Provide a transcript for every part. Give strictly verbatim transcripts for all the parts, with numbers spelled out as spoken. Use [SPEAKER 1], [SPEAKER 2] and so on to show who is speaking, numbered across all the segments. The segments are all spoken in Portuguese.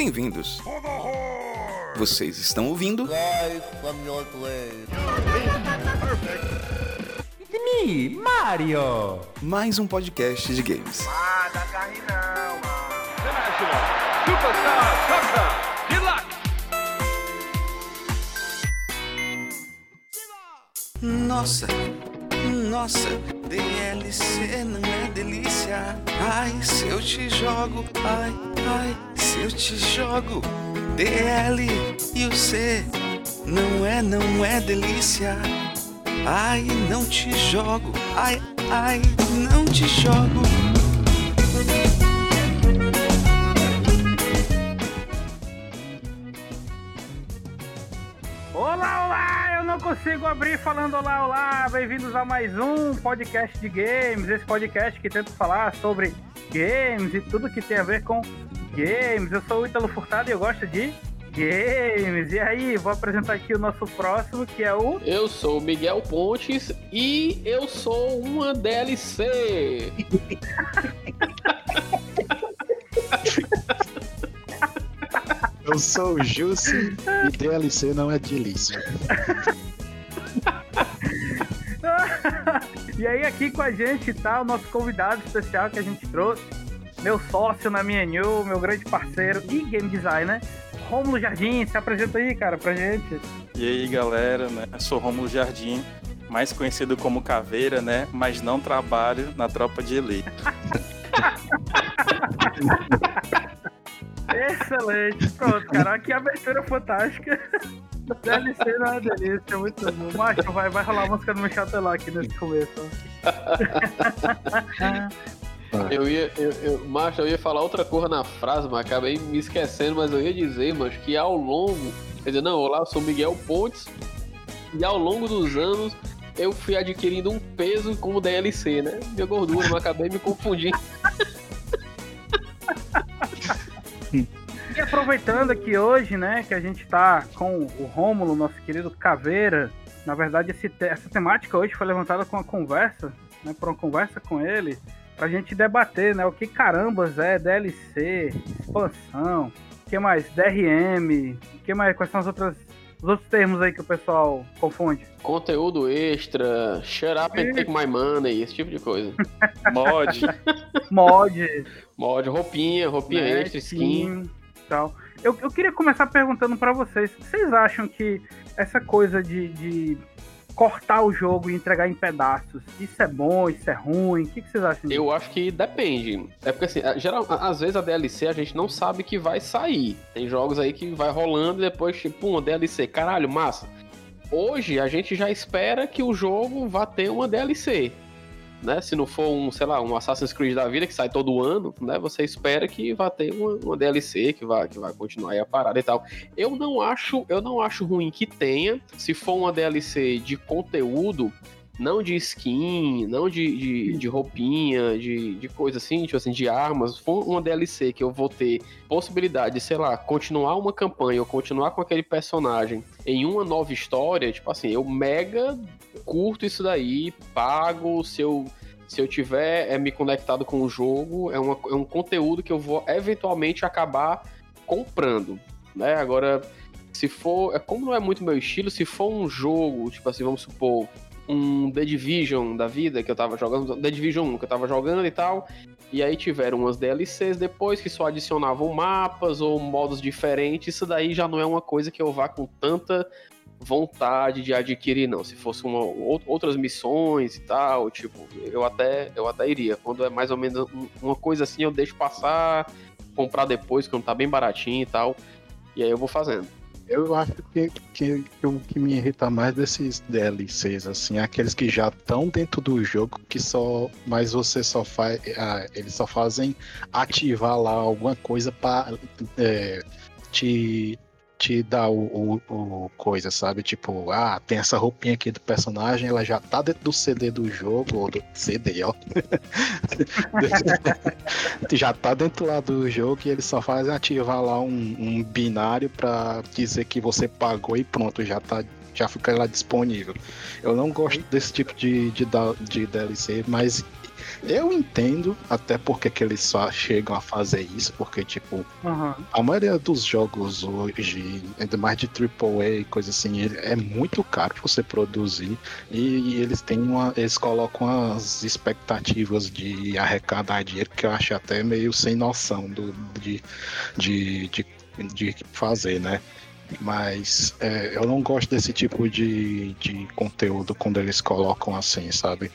[SPEAKER 1] bem-vindos. Vocês estão ouvindo
[SPEAKER 2] It's me, Mario!
[SPEAKER 1] mais um podcast de games.
[SPEAKER 3] Ah, dá carne não, mano. International Superstar Soccer Deluxe.
[SPEAKER 1] Nossa, nossa, D L C não é delícia. Ai, se eu te jogo, ai, ai, se eu te jogo. D L e o C não é, não é delícia. Ai, não te jogo, ai, ai, não te jogo.
[SPEAKER 4] Olá, olá! Eu não consigo abrir falando olá, olá! Bem-vindos a mais um podcast de games. Esse podcast que tenta falar sobre games e tudo que tem a ver com games. Eu sou o Ítalo Furtado e eu gosto de games. E aí, vou apresentar aqui o nosso próximo, que é o...
[SPEAKER 5] Eu sou o Miguel Pontes e eu sou uma D L C.
[SPEAKER 6] Eu sou o Jussi e D L C não é delícia.
[SPEAKER 4] E aí, aqui com a gente tá o nosso convidado especial que a gente trouxe, meu sócio na minha New, meu grande parceiro e game designer, Rômulo Jardim. Se apresenta aí, cara, pra gente.
[SPEAKER 7] E aí, galera, né? Eu sou Rômulo Jardim, mais conhecido como Caveira, né? Mas não trabalho na tropa de elite.
[SPEAKER 4] Excelente. Pronto, cara. Que abertura fantástica. D L C não é delícia, muito bom. Macho, vai, vai rolar a música do Michel Teló aqui nesse começo.
[SPEAKER 5] Eu ia, eu, eu, macho, eu ia falar outra coisa na frase, mas acabei me esquecendo, mas eu ia dizer, mas que ao longo, quer dizer, não, olá, eu sou Miguel Pontes, e ao longo dos anos eu fui adquirindo um peso como D L C, né? Minha gordura, mas acabei me confundindo.
[SPEAKER 4] E aproveitando aqui hoje, né, que a gente tá com o Rômulo, nosso querido Caveira, na verdade esse te- essa temática hoje foi levantada com uma conversa, né, por uma conversa com ele, pra gente debater, né, o que carambas é D L C, expansão, o que mais, D R M, o que mais, quais são as outras, os outros termos aí que o pessoal confunde?
[SPEAKER 5] Conteúdo extra, shut up and take my money, esse tipo de coisa.
[SPEAKER 7] Mod.
[SPEAKER 4] Mod,
[SPEAKER 5] Mod, roupinha, roupinha
[SPEAKER 4] né,
[SPEAKER 5] extra, skin.
[SPEAKER 4] tal. Eu, eu queria começar perguntando pra vocês, vocês acham que essa coisa de, de cortar o jogo e entregar em pedaços, isso é bom, isso é ruim? O que, que vocês acham disso?
[SPEAKER 5] Eu acho que depende. É porque assim, geral, às vezes a D L C a gente não sabe que vai sair. Tem jogos aí que vai rolando e depois, tipo, uma D L C, caralho, massa. Hoje a gente já espera que o jogo vá ter uma D L C. Né? Se não for um, sei lá, um Assassin's Creed da vida que sai todo ano, né? Você espera que vá ter uma, uma D L C que vai, que vai continuar aí a parada e tal. Eu não acho, eu não acho ruim que tenha, se for uma D L C de conteúdo, não de skin, não de, de, de roupinha, de, de coisa assim, tipo assim, de armas. Se for uma D L C que eu vou ter possibilidade de, sei lá, continuar uma campanha ou continuar com aquele personagem em uma nova história, tipo assim, eu mega curto isso daí, pago, se eu, se eu tiver é, me conectado com o jogo, é, uma, é um conteúdo que eu vou eventualmente acabar comprando, né? Agora, se for, é, como não é muito meu estilo, se for um jogo, tipo assim, vamos supor, um The Division da vida que eu tava jogando, The Division um que eu tava jogando e tal, e aí tiveram umas D L Cs depois que só adicionavam mapas ou modos diferentes, isso daí já não é uma coisa que eu vá com tanta vontade de adquirir, não. Se fosse uma, outras missões e tal, tipo, eu até, eu até iria. Quando é mais ou menos uma coisa assim, eu deixo passar, comprar depois, quando tá bem baratinho e tal, e aí eu vou fazendo.
[SPEAKER 6] Eu acho que, que, que o que me irrita mais desses D L Cs, assim, é aqueles que já estão dentro do jogo, que só, mas você só faz, ah, eles só fazem ativar lá alguma coisa pra é, te, te dar o, o, o coisa, sabe? Tipo, ah, tem essa roupinha aqui do personagem, ela já tá dentro do C D do jogo, ou do C D, ó. Já tá dentro lá do jogo e eles só fazem ativar lá um, um binário pra dizer que você pagou e pronto, já tá, já fica lá disponível. Eu não gosto desse tipo de, de, de D L C, mas Eu entendo até porque que eles só chegam a fazer isso, porque, tipo,
[SPEAKER 4] Uhum.
[SPEAKER 6] a maioria dos jogos hoje, ainda mais de triplo A e coisa assim, ele- é muito caro você produzir e, e eles têm uma. Eles colocam as expectativas de arrecadar dinheiro que eu acho até meio sem noção do, de, de, de, de fazer, né? Mas é, eu não gosto desse tipo de, de conteúdo quando eles colocam assim, sabe?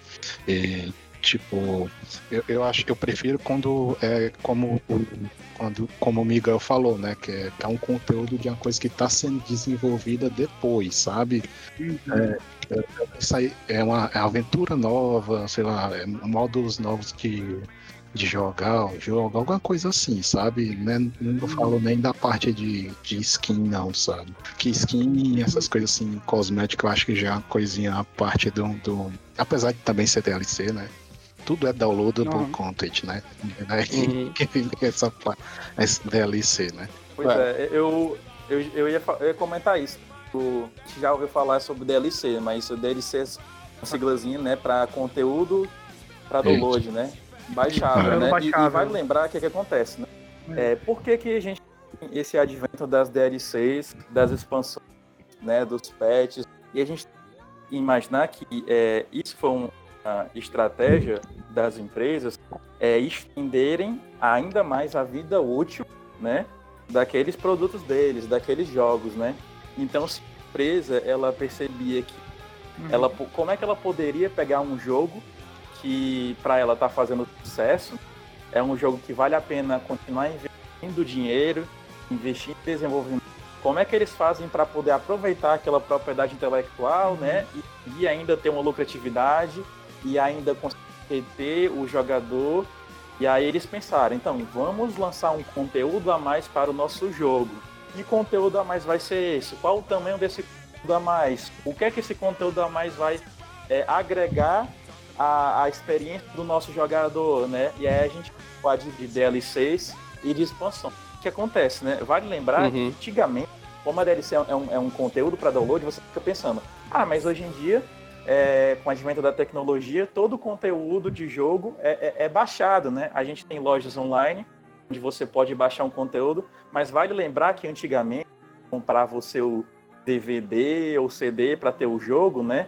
[SPEAKER 6] E, tipo, eu, eu acho eu prefiro quando é como o, quando, como o Miguel falou, né? Que é, é um conteúdo de uma coisa que está sendo desenvolvida depois, sabe? É, é, isso aí é uma, é uma aventura nova, sei lá, é modos novos de, de jogar o jogo, alguma coisa assim, sabe? Né? Não falo nem da parte de, de skin, não, sabe? Que skin, essas coisas assim, cosmético, eu acho que já é uma coisinha a parte do, do. Apesar de também ser D L C, né? Tudo é downloadable
[SPEAKER 4] Uhum.
[SPEAKER 6] content, né? Aí
[SPEAKER 5] Uhum.
[SPEAKER 6] que fica essa, pa- esse D L C, né?
[SPEAKER 7] Pois é, eu, eu, eu, ia, fa- eu ia comentar isso. Tu já ouviu falar sobre D L C, mas o D L C é uma siglazinha, né, para conteúdo para download, né? Baixável,
[SPEAKER 6] É.
[SPEAKER 7] né? E, e
[SPEAKER 4] Baixável.
[SPEAKER 7] vale lembrar o que, que acontece, né? É, por que, que a gente tem esse advento das D L Cs, das expansões, né, dos patches, e a gente tem que imaginar que é, isso foi uma estratégia das empresas é, estenderem ainda mais a vida útil, né, daqueles produtos deles, daqueles jogos, né? Então, se a empresa ela percebia que ela, como é que ela poderia pegar um jogo que para ela tá fazendo sucesso, é um jogo que vale a pena continuar investindo dinheiro, investir em desenvolvimento. Como é que eles fazem para poder aproveitar aquela propriedade intelectual, né? E, e ainda ter uma lucratividade e ainda conseguir ter o jogador. E aí eles pensaram, então, vamos lançar um conteúdo a mais para o nosso jogo. Que conteúdo a mais vai ser esse? Qual o tamanho desse conteúdo a mais? O que é que esse conteúdo a mais vai é, agregar A, a experiência do nosso jogador, né? E aí a gente pode de D L Cs e de expansão. O que acontece, né? Vale lembrar
[SPEAKER 5] Uhum.
[SPEAKER 7] que antigamente, como a D L C é um, é um conteúdo para download, você fica pensando, ah, mas hoje em dia, é, com o advento da tecnologia, todo o conteúdo de jogo é, é, é baixado, né? A gente tem lojas online, onde você pode baixar um conteúdo, mas vale lembrar que antigamente, comprava o seu D V D ou C D para ter o jogo, né?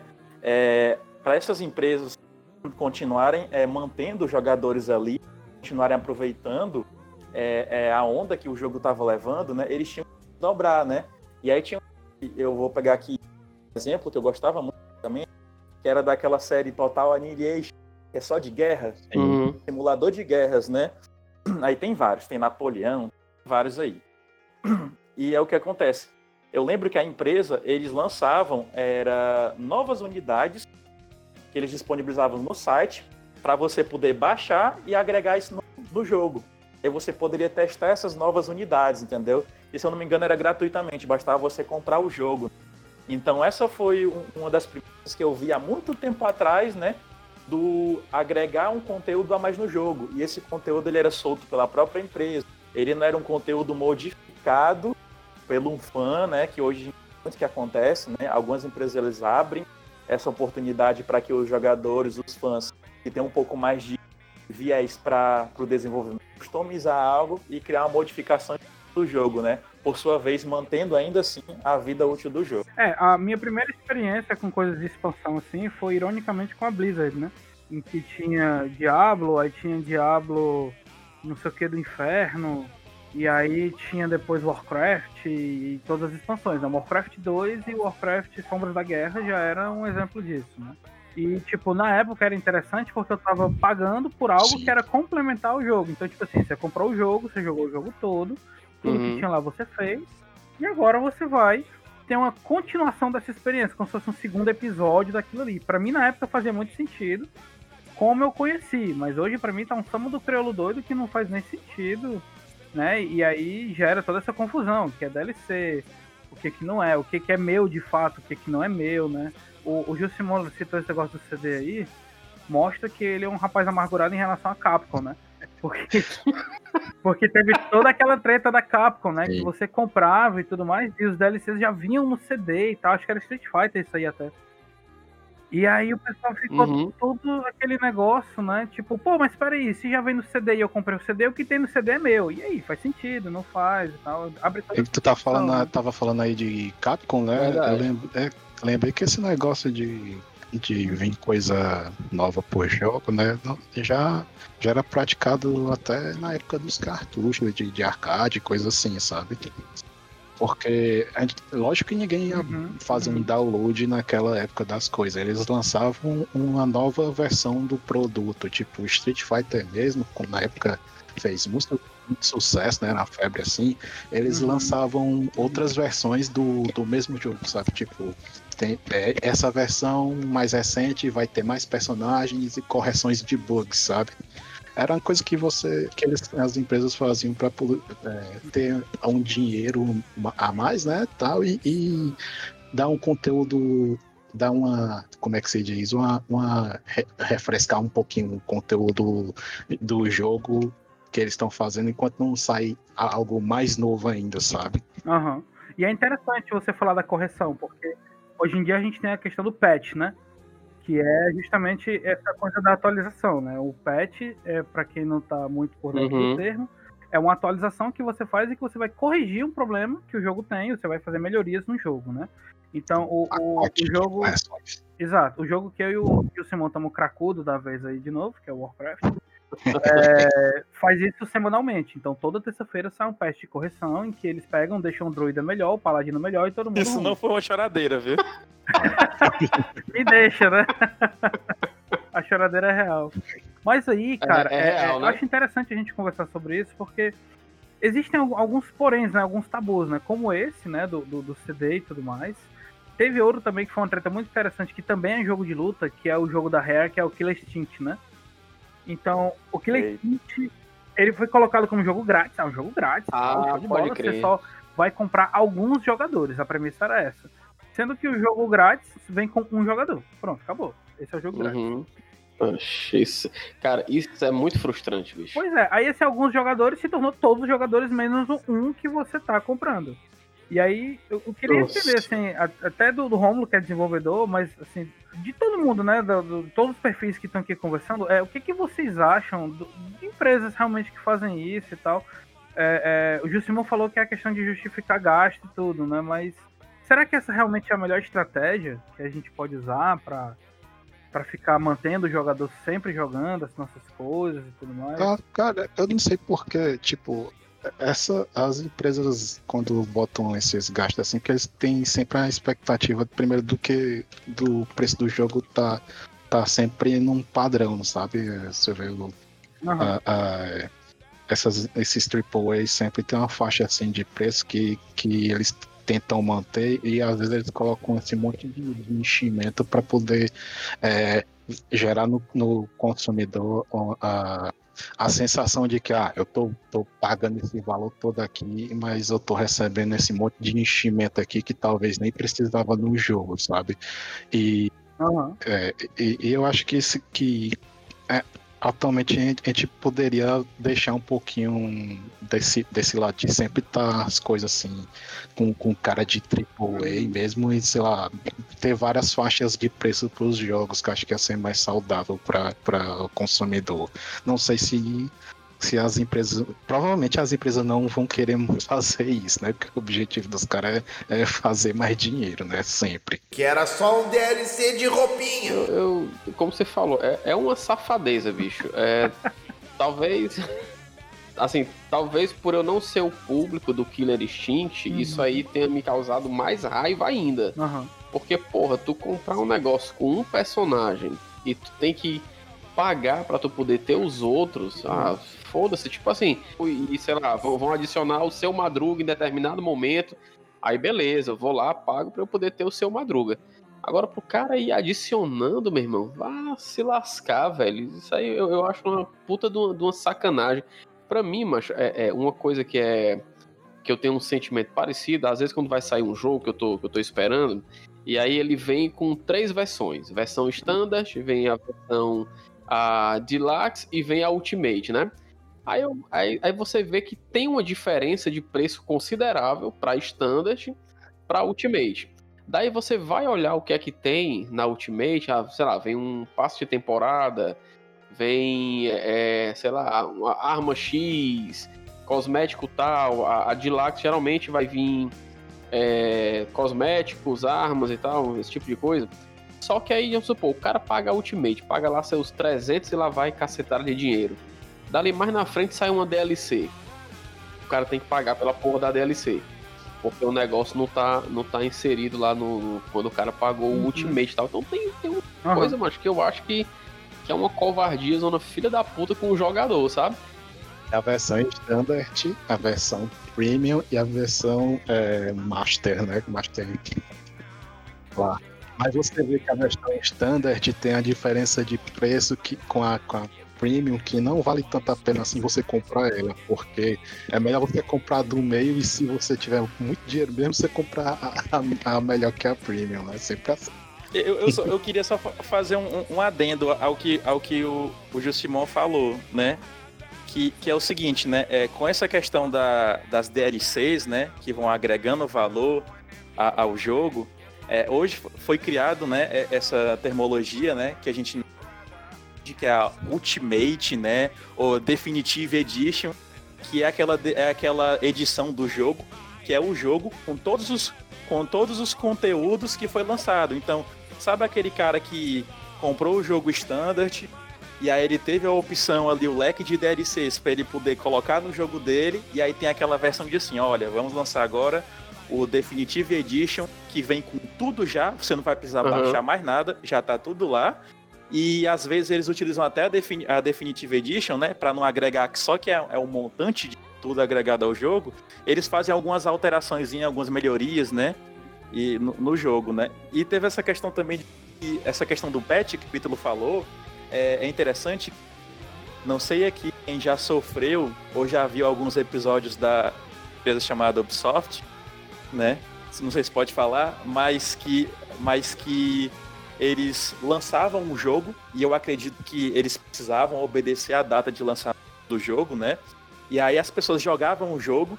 [SPEAKER 7] É, para essas empresas continuarem é, mantendo os jogadores ali, continuarem aproveitando é, é, a onda que o jogo estava levando, né? Eles tinham que dobrar, né? E aí tinha, eu vou pegar aqui um exemplo que eu gostava muito também, que era daquela série Total Annihilation, que é só de guerra,
[SPEAKER 5] Uhum.
[SPEAKER 7] simulador de guerras, né? Aí tem vários, tem Napoleão, vários aí. E é o que acontece. Eu lembro que a empresa, eles lançavam era, novas unidades que eles disponibilizavam no site para você poder baixar e agregar isso no, no jogo. Aí você poderia testar essas novas unidades, entendeu? E se eu não me engano era gratuitamente, bastava você comprar o jogo. Então essa foi um, uma das primeiras que eu vi há muito tempo atrás, né? Do agregar um conteúdo a mais no jogo. E esse conteúdo ele era solto pela própria empresa. Ele não era um conteúdo modificado pelo um fã, né? Que hoje muito que acontece, né? Algumas empresas eles abrem essa oportunidade para que os jogadores, os fãs, que têm um pouco mais de viés para o desenvolvimento, customizar algo e criar uma modificação do jogo, né? Por sua vez, mantendo ainda assim a vida útil do jogo.
[SPEAKER 4] É, a minha primeira experiência com coisas de expansão assim foi ironicamente com a Blizzard, né? Em que tinha Diablo, aí tinha Diablo não sei o que do inferno, e aí tinha depois Warcraft e, e todas as expansões, né? Warcraft dois e Warcraft Sombras da Guerra já era um exemplo disso, né? E, tipo, na época era interessante porque eu tava pagando por algo
[SPEAKER 6] Sim.
[SPEAKER 4] que era complementar o jogo. Então, tipo assim, você comprou o jogo, você jogou o jogo todo, tudo
[SPEAKER 5] Uhum.
[SPEAKER 4] que tinha lá você fez, e agora você vai ter uma continuação dessa experiência, como se fosse um segundo episódio daquilo ali. Pra mim, na época, fazia muito sentido, como eu conheci, mas hoje, pra mim, tá um samba do crioulo doido que não faz nem sentido, né? E aí gera toda essa confusão, que é D L C, o que que não é, o que que é meu de fato, o que que não é meu, né? O, o Gil Simão citou esse negócio do C D aí, mostra que ele é um rapaz amargurado em relação a Capcom, né? Porque, porque teve toda aquela treta da Capcom, né?
[SPEAKER 6] Sim.
[SPEAKER 4] Que você comprava e tudo mais, e os D L Cs já vinham no C D e tal, acho que era Street Fighter isso aí até. E aí o pessoal ficou
[SPEAKER 5] Uhum.
[SPEAKER 4] todo aquele negócio, né? Tipo, pô, mas peraí, se já vem no C D e eu comprei o C D, o que tem no C D é meu. E aí, faz sentido, não faz e tal. Abre toda
[SPEAKER 6] E tu tá
[SPEAKER 4] essa
[SPEAKER 6] falando,
[SPEAKER 4] discussão, né?
[SPEAKER 6] tava falando aí de Capcom, né? Eu
[SPEAKER 5] Verdade.
[SPEAKER 6] lembro, é, lembrei que esse negócio de, de vir coisa nova por jogo, né? não- Já, já era praticado até na época dos cartuchos de, de arcade, coisa assim, sabe? Porque, a gente- lógico que ninguém ia
[SPEAKER 4] Uhum,
[SPEAKER 6] fazer um
[SPEAKER 4] uhum.
[SPEAKER 6] download naquela época das coisas. Eles lançavam uma nova versão do produto, tipo Street Fighter mesmo, como na época fez muito, muito sucesso, né, na febre assim. Eles
[SPEAKER 4] Uhum.
[SPEAKER 6] lançavam outras versões do, do mesmo jogo, sabe? Tipo, tem, é, essa versão mais recente vai ter mais personagens e correções de bugs, sabe? Era uma coisa que você, que eles, as empresas faziam para ter um dinheiro a mais, né, tal, e, e dar um conteúdo, dar uma, como é que se diz, uma, uma re- refrescar um pouquinho o conteúdo do jogo que eles estão fazendo enquanto não sai algo mais novo ainda, sabe?
[SPEAKER 4] Aham. E é interessante você falar da correção, porque hoje em dia a gente tem a questão do patch, né? Que é justamente essa coisa da atualização, né? O patch, é, para quem não tá muito por dentro do
[SPEAKER 5] Uhum.
[SPEAKER 4] termo, é uma atualização que você faz e que você vai corrigir um problema que o jogo tem, você vai fazer melhorias no jogo, né? Então, o, o,
[SPEAKER 6] Pacote
[SPEAKER 4] o
[SPEAKER 6] de
[SPEAKER 4] jogo...
[SPEAKER 6] correções.
[SPEAKER 4] Exato, o jogo que eu e o, e o Simão estamos cracudo da vez aí de novo, que é o Warcraft, é, faz isso semanalmente. Então, toda terça-feira sai um patch de correção em que eles pegam, deixam o druida melhor, o paladino melhor e todo mundo
[SPEAKER 7] Isso
[SPEAKER 4] ruim.
[SPEAKER 7] não foi uma choradeira, viu?
[SPEAKER 4] Me deixa, né? A choradeira é real. Mas aí, cara,
[SPEAKER 5] é
[SPEAKER 4] é- é-
[SPEAKER 5] real,
[SPEAKER 4] eu
[SPEAKER 5] né?
[SPEAKER 4] acho interessante a gente conversar sobre isso, porque existem al- alguns poréns, né? Alguns tabus, né? Como esse, né? Do, do, do C D e tudo mais. Teve outro também que foi uma treta muito interessante, que também é jogo de luta, que é o jogo da Rare, que é o Killer Instinct, né? Então, o Killer
[SPEAKER 7] Eita.
[SPEAKER 4] Instinct, ele foi colocado como jogo grátis. É um jogo grátis.
[SPEAKER 5] Ah,
[SPEAKER 4] tal, show de
[SPEAKER 5] pode
[SPEAKER 4] bola,
[SPEAKER 5] crer.
[SPEAKER 4] você só vai comprar alguns jogadores. A premissa era essa. Sendo que o jogo grátis vem com um jogador. Pronto, acabou. Esse é o jogo grátis.
[SPEAKER 5] Uhum. Oxe, isso... Cara, isso é muito frustrante, bicho.
[SPEAKER 4] Pois é, aí esses alguns jogadores se tornou todos os jogadores menos o um que você tá comprando. E aí, eu, eu queria
[SPEAKER 5] Nossa.
[SPEAKER 4] entender, assim, a- até do, do Rômulo, que é desenvolvedor, mas, assim, de todo mundo, né, do, do- todos os perfis que estão aqui conversando, é, o que, que vocês acham do- de empresas realmente que fazem isso e tal? É, é, o Jusimon falou que é a questão de justificar gasto e tudo, né, mas será que essa realmente é a melhor estratégia que a gente pode usar para para ficar mantendo o jogador sempre jogando as nossas coisas e tudo mais?
[SPEAKER 6] Ah, cara, eu não sei porque, tipo, essa, as empresas, quando botam esses gastos assim, que eles têm sempre a expectativa, primeiro, do que do preço do jogo tá, tá sempre num padrão, sabe? Você vê o,
[SPEAKER 4] Aham.
[SPEAKER 6] a- a- essas, esses triple A sempre tem uma faixa assim de preço que, que eles tentam manter e às vezes eles colocam esse monte de, de enchimento para poder é, gerar no, no consumidor a, a sensação de que ah, eu tô, tô pagando esse valor todo aqui, mas eu tô recebendo esse monte de enchimento aqui que talvez nem precisava no jogo, sabe? E,
[SPEAKER 4] Aham.
[SPEAKER 6] é, e, e eu acho que isso que é, atualmente a gente, a gente poderia deixar um pouquinho desse, desse lado de sempre estar as coisas assim com, com cara de triple A mesmo e sei lá, ter várias faixas de preço para os jogos que eu acho que ia ser mais saudável para o consumidor. Não sei se se as empresas, provavelmente as empresas não vão querer fazer isso, né? Porque o objetivo dos caras é, é fazer mais dinheiro, né? Sempre.
[SPEAKER 8] Que era só um D L C de roupinha.
[SPEAKER 5] Eu, eu- como você falou, é, é uma safadeza, bicho. É, talvez, assim, talvez por eu não ser o público do Killer Instinct,
[SPEAKER 4] Uhum.
[SPEAKER 5] isso aí tenha me causado mais raiva ainda.
[SPEAKER 4] Aham.
[SPEAKER 5] Porque, porra, tu comprar um negócio com um personagem e tu tem que pagar pra tu poder ter os outros, ah, foda-se, tipo assim, e sei lá, vão vão adicionar o seu Madruga em determinado momento, aí beleza, eu vou lá, pago pra eu poder ter o seu Madruga. Agora, pro cara ir adicionando, meu irmão, vá se lascar, velho. Isso aí eu, eu acho uma puta de uma, de uma sacanagem. Pra mim, macho, é, é uma coisa que é que eu tenho um sentimento parecido, às vezes quando vai sair um jogo que eu tô, que eu tô esperando, e aí ele vem com três versões. Versão Standard, vem a versão a Deluxe e vem a Ultimate, né? Aí, eu- aí, aí você vê que tem uma diferença de preço considerável para Standard para Ultimate. Daí você vai olhar o que é que tem na Ultimate, ah, sei lá, vem um passe de temporada, vem, é, sei lá, uma arma X, cosmético tal, a, a Deluxe geralmente vai vir é, cosméticos, armas e tal, esse tipo de coisa. Só que aí, vamos supor, o cara paga a Ultimate, paga lá seus trezentos e lá vai cacetada de dinheiro. Dali mais na frente sai uma D L C. O cara tem que pagar pela porra da D L C. Porque o negócio não tá, não tá inserido lá no, no quando o cara pagou o Ultimate e tal. Então tem, tem uma uhum. coisa, mas que eu acho que, que é uma covardia, zona filha da puta com o jogador, sabe?
[SPEAKER 6] A versão Standard, a versão Premium e a versão é, Master, né? Master lá. Mas você vê que a versão Standard tem a diferença de preço que, com, a, com a Premium, que não vale tanto a pena assim você comprar ela, porque é melhor você comprar do meio e se você tiver muito dinheiro mesmo, você comprar a, a, a melhor que a Premium, né? Sempre assim.
[SPEAKER 7] Eu, eu, só, eu queria só fazer um, um adendo ao que, ao que o, o Jusimon falou, né? Que, que é o seguinte, né? É, com essa questão da, das D L Cs, né? Que vão agregando valor a, ao jogo, é, hoje foi criado, né? Essa termologia, né? Que a gente que é a Ultimate, né, ou Definitive Edition, que é aquela, é aquela edição do jogo, que é o jogo com todos os, com todos os conteúdos que foi lançado. Então, sabe aquele cara que comprou o jogo Standard e aí ele teve a opção ali, o leque de D L Cs para ele poder colocar no jogo dele, e aí tem aquela versão de assim, olha, vamos lançar agora o Definitive Edition, que vem com tudo já, você não vai precisar uhum. baixar mais nada, já tá tudo lá. E às vezes eles utilizam até a, Defin- a Definitive Edition, né? Para não agregar só que é, é o montante de tudo agregado ao jogo. Eles fazem algumas alterações, algumas melhorias, né? E, no, no jogo, né? E teve essa questão também, de, essa questão do patch que o Pítalo falou. É, é interessante. Não sei aqui quem já sofreu ou já viu alguns episódios da empresa chamada Ubisoft, né? Não sei se pode falar, mas que... Mas que eles lançavam um jogo, e eu acredito que eles precisavam obedecer a data de lançamento do jogo, né? E aí as pessoas jogavam o jogo,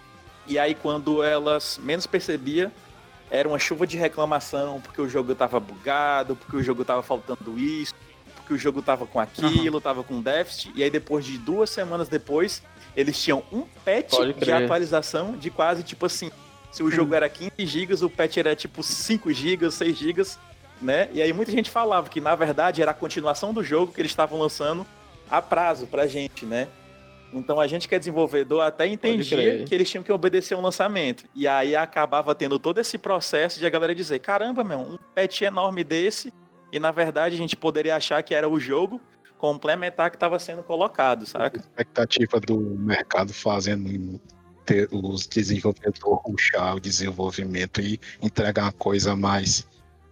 [SPEAKER 7] e aí quando elas menos percebiam, era uma chuva de reclamação, porque o jogo estava bugado, porque o jogo estava faltando isso, porque o jogo estava com aquilo, estava uhum. com déficit, e aí depois de duas semanas depois, eles tinham um patch de atualização de quase, tipo assim, se o jogo era quinze gigas, o patch era tipo cinco gigas, seis gigas, né? E aí muita gente falava que na verdade era a continuação do jogo que eles estavam lançando a prazo pra gente, né? Então a gente que é desenvolvedor até entendia que eles tinham que obedecer um lançamento. E aí acabava tendo todo esse processo de a galera dizer, caramba, meu, um patch enorme desse, e na verdade a gente poderia achar que era o jogo complementar que estava sendo colocado, saca?
[SPEAKER 6] A expectativa do mercado fazendo ter os desenvolvedores rushar o desenvolvimento e entregar uma coisa mais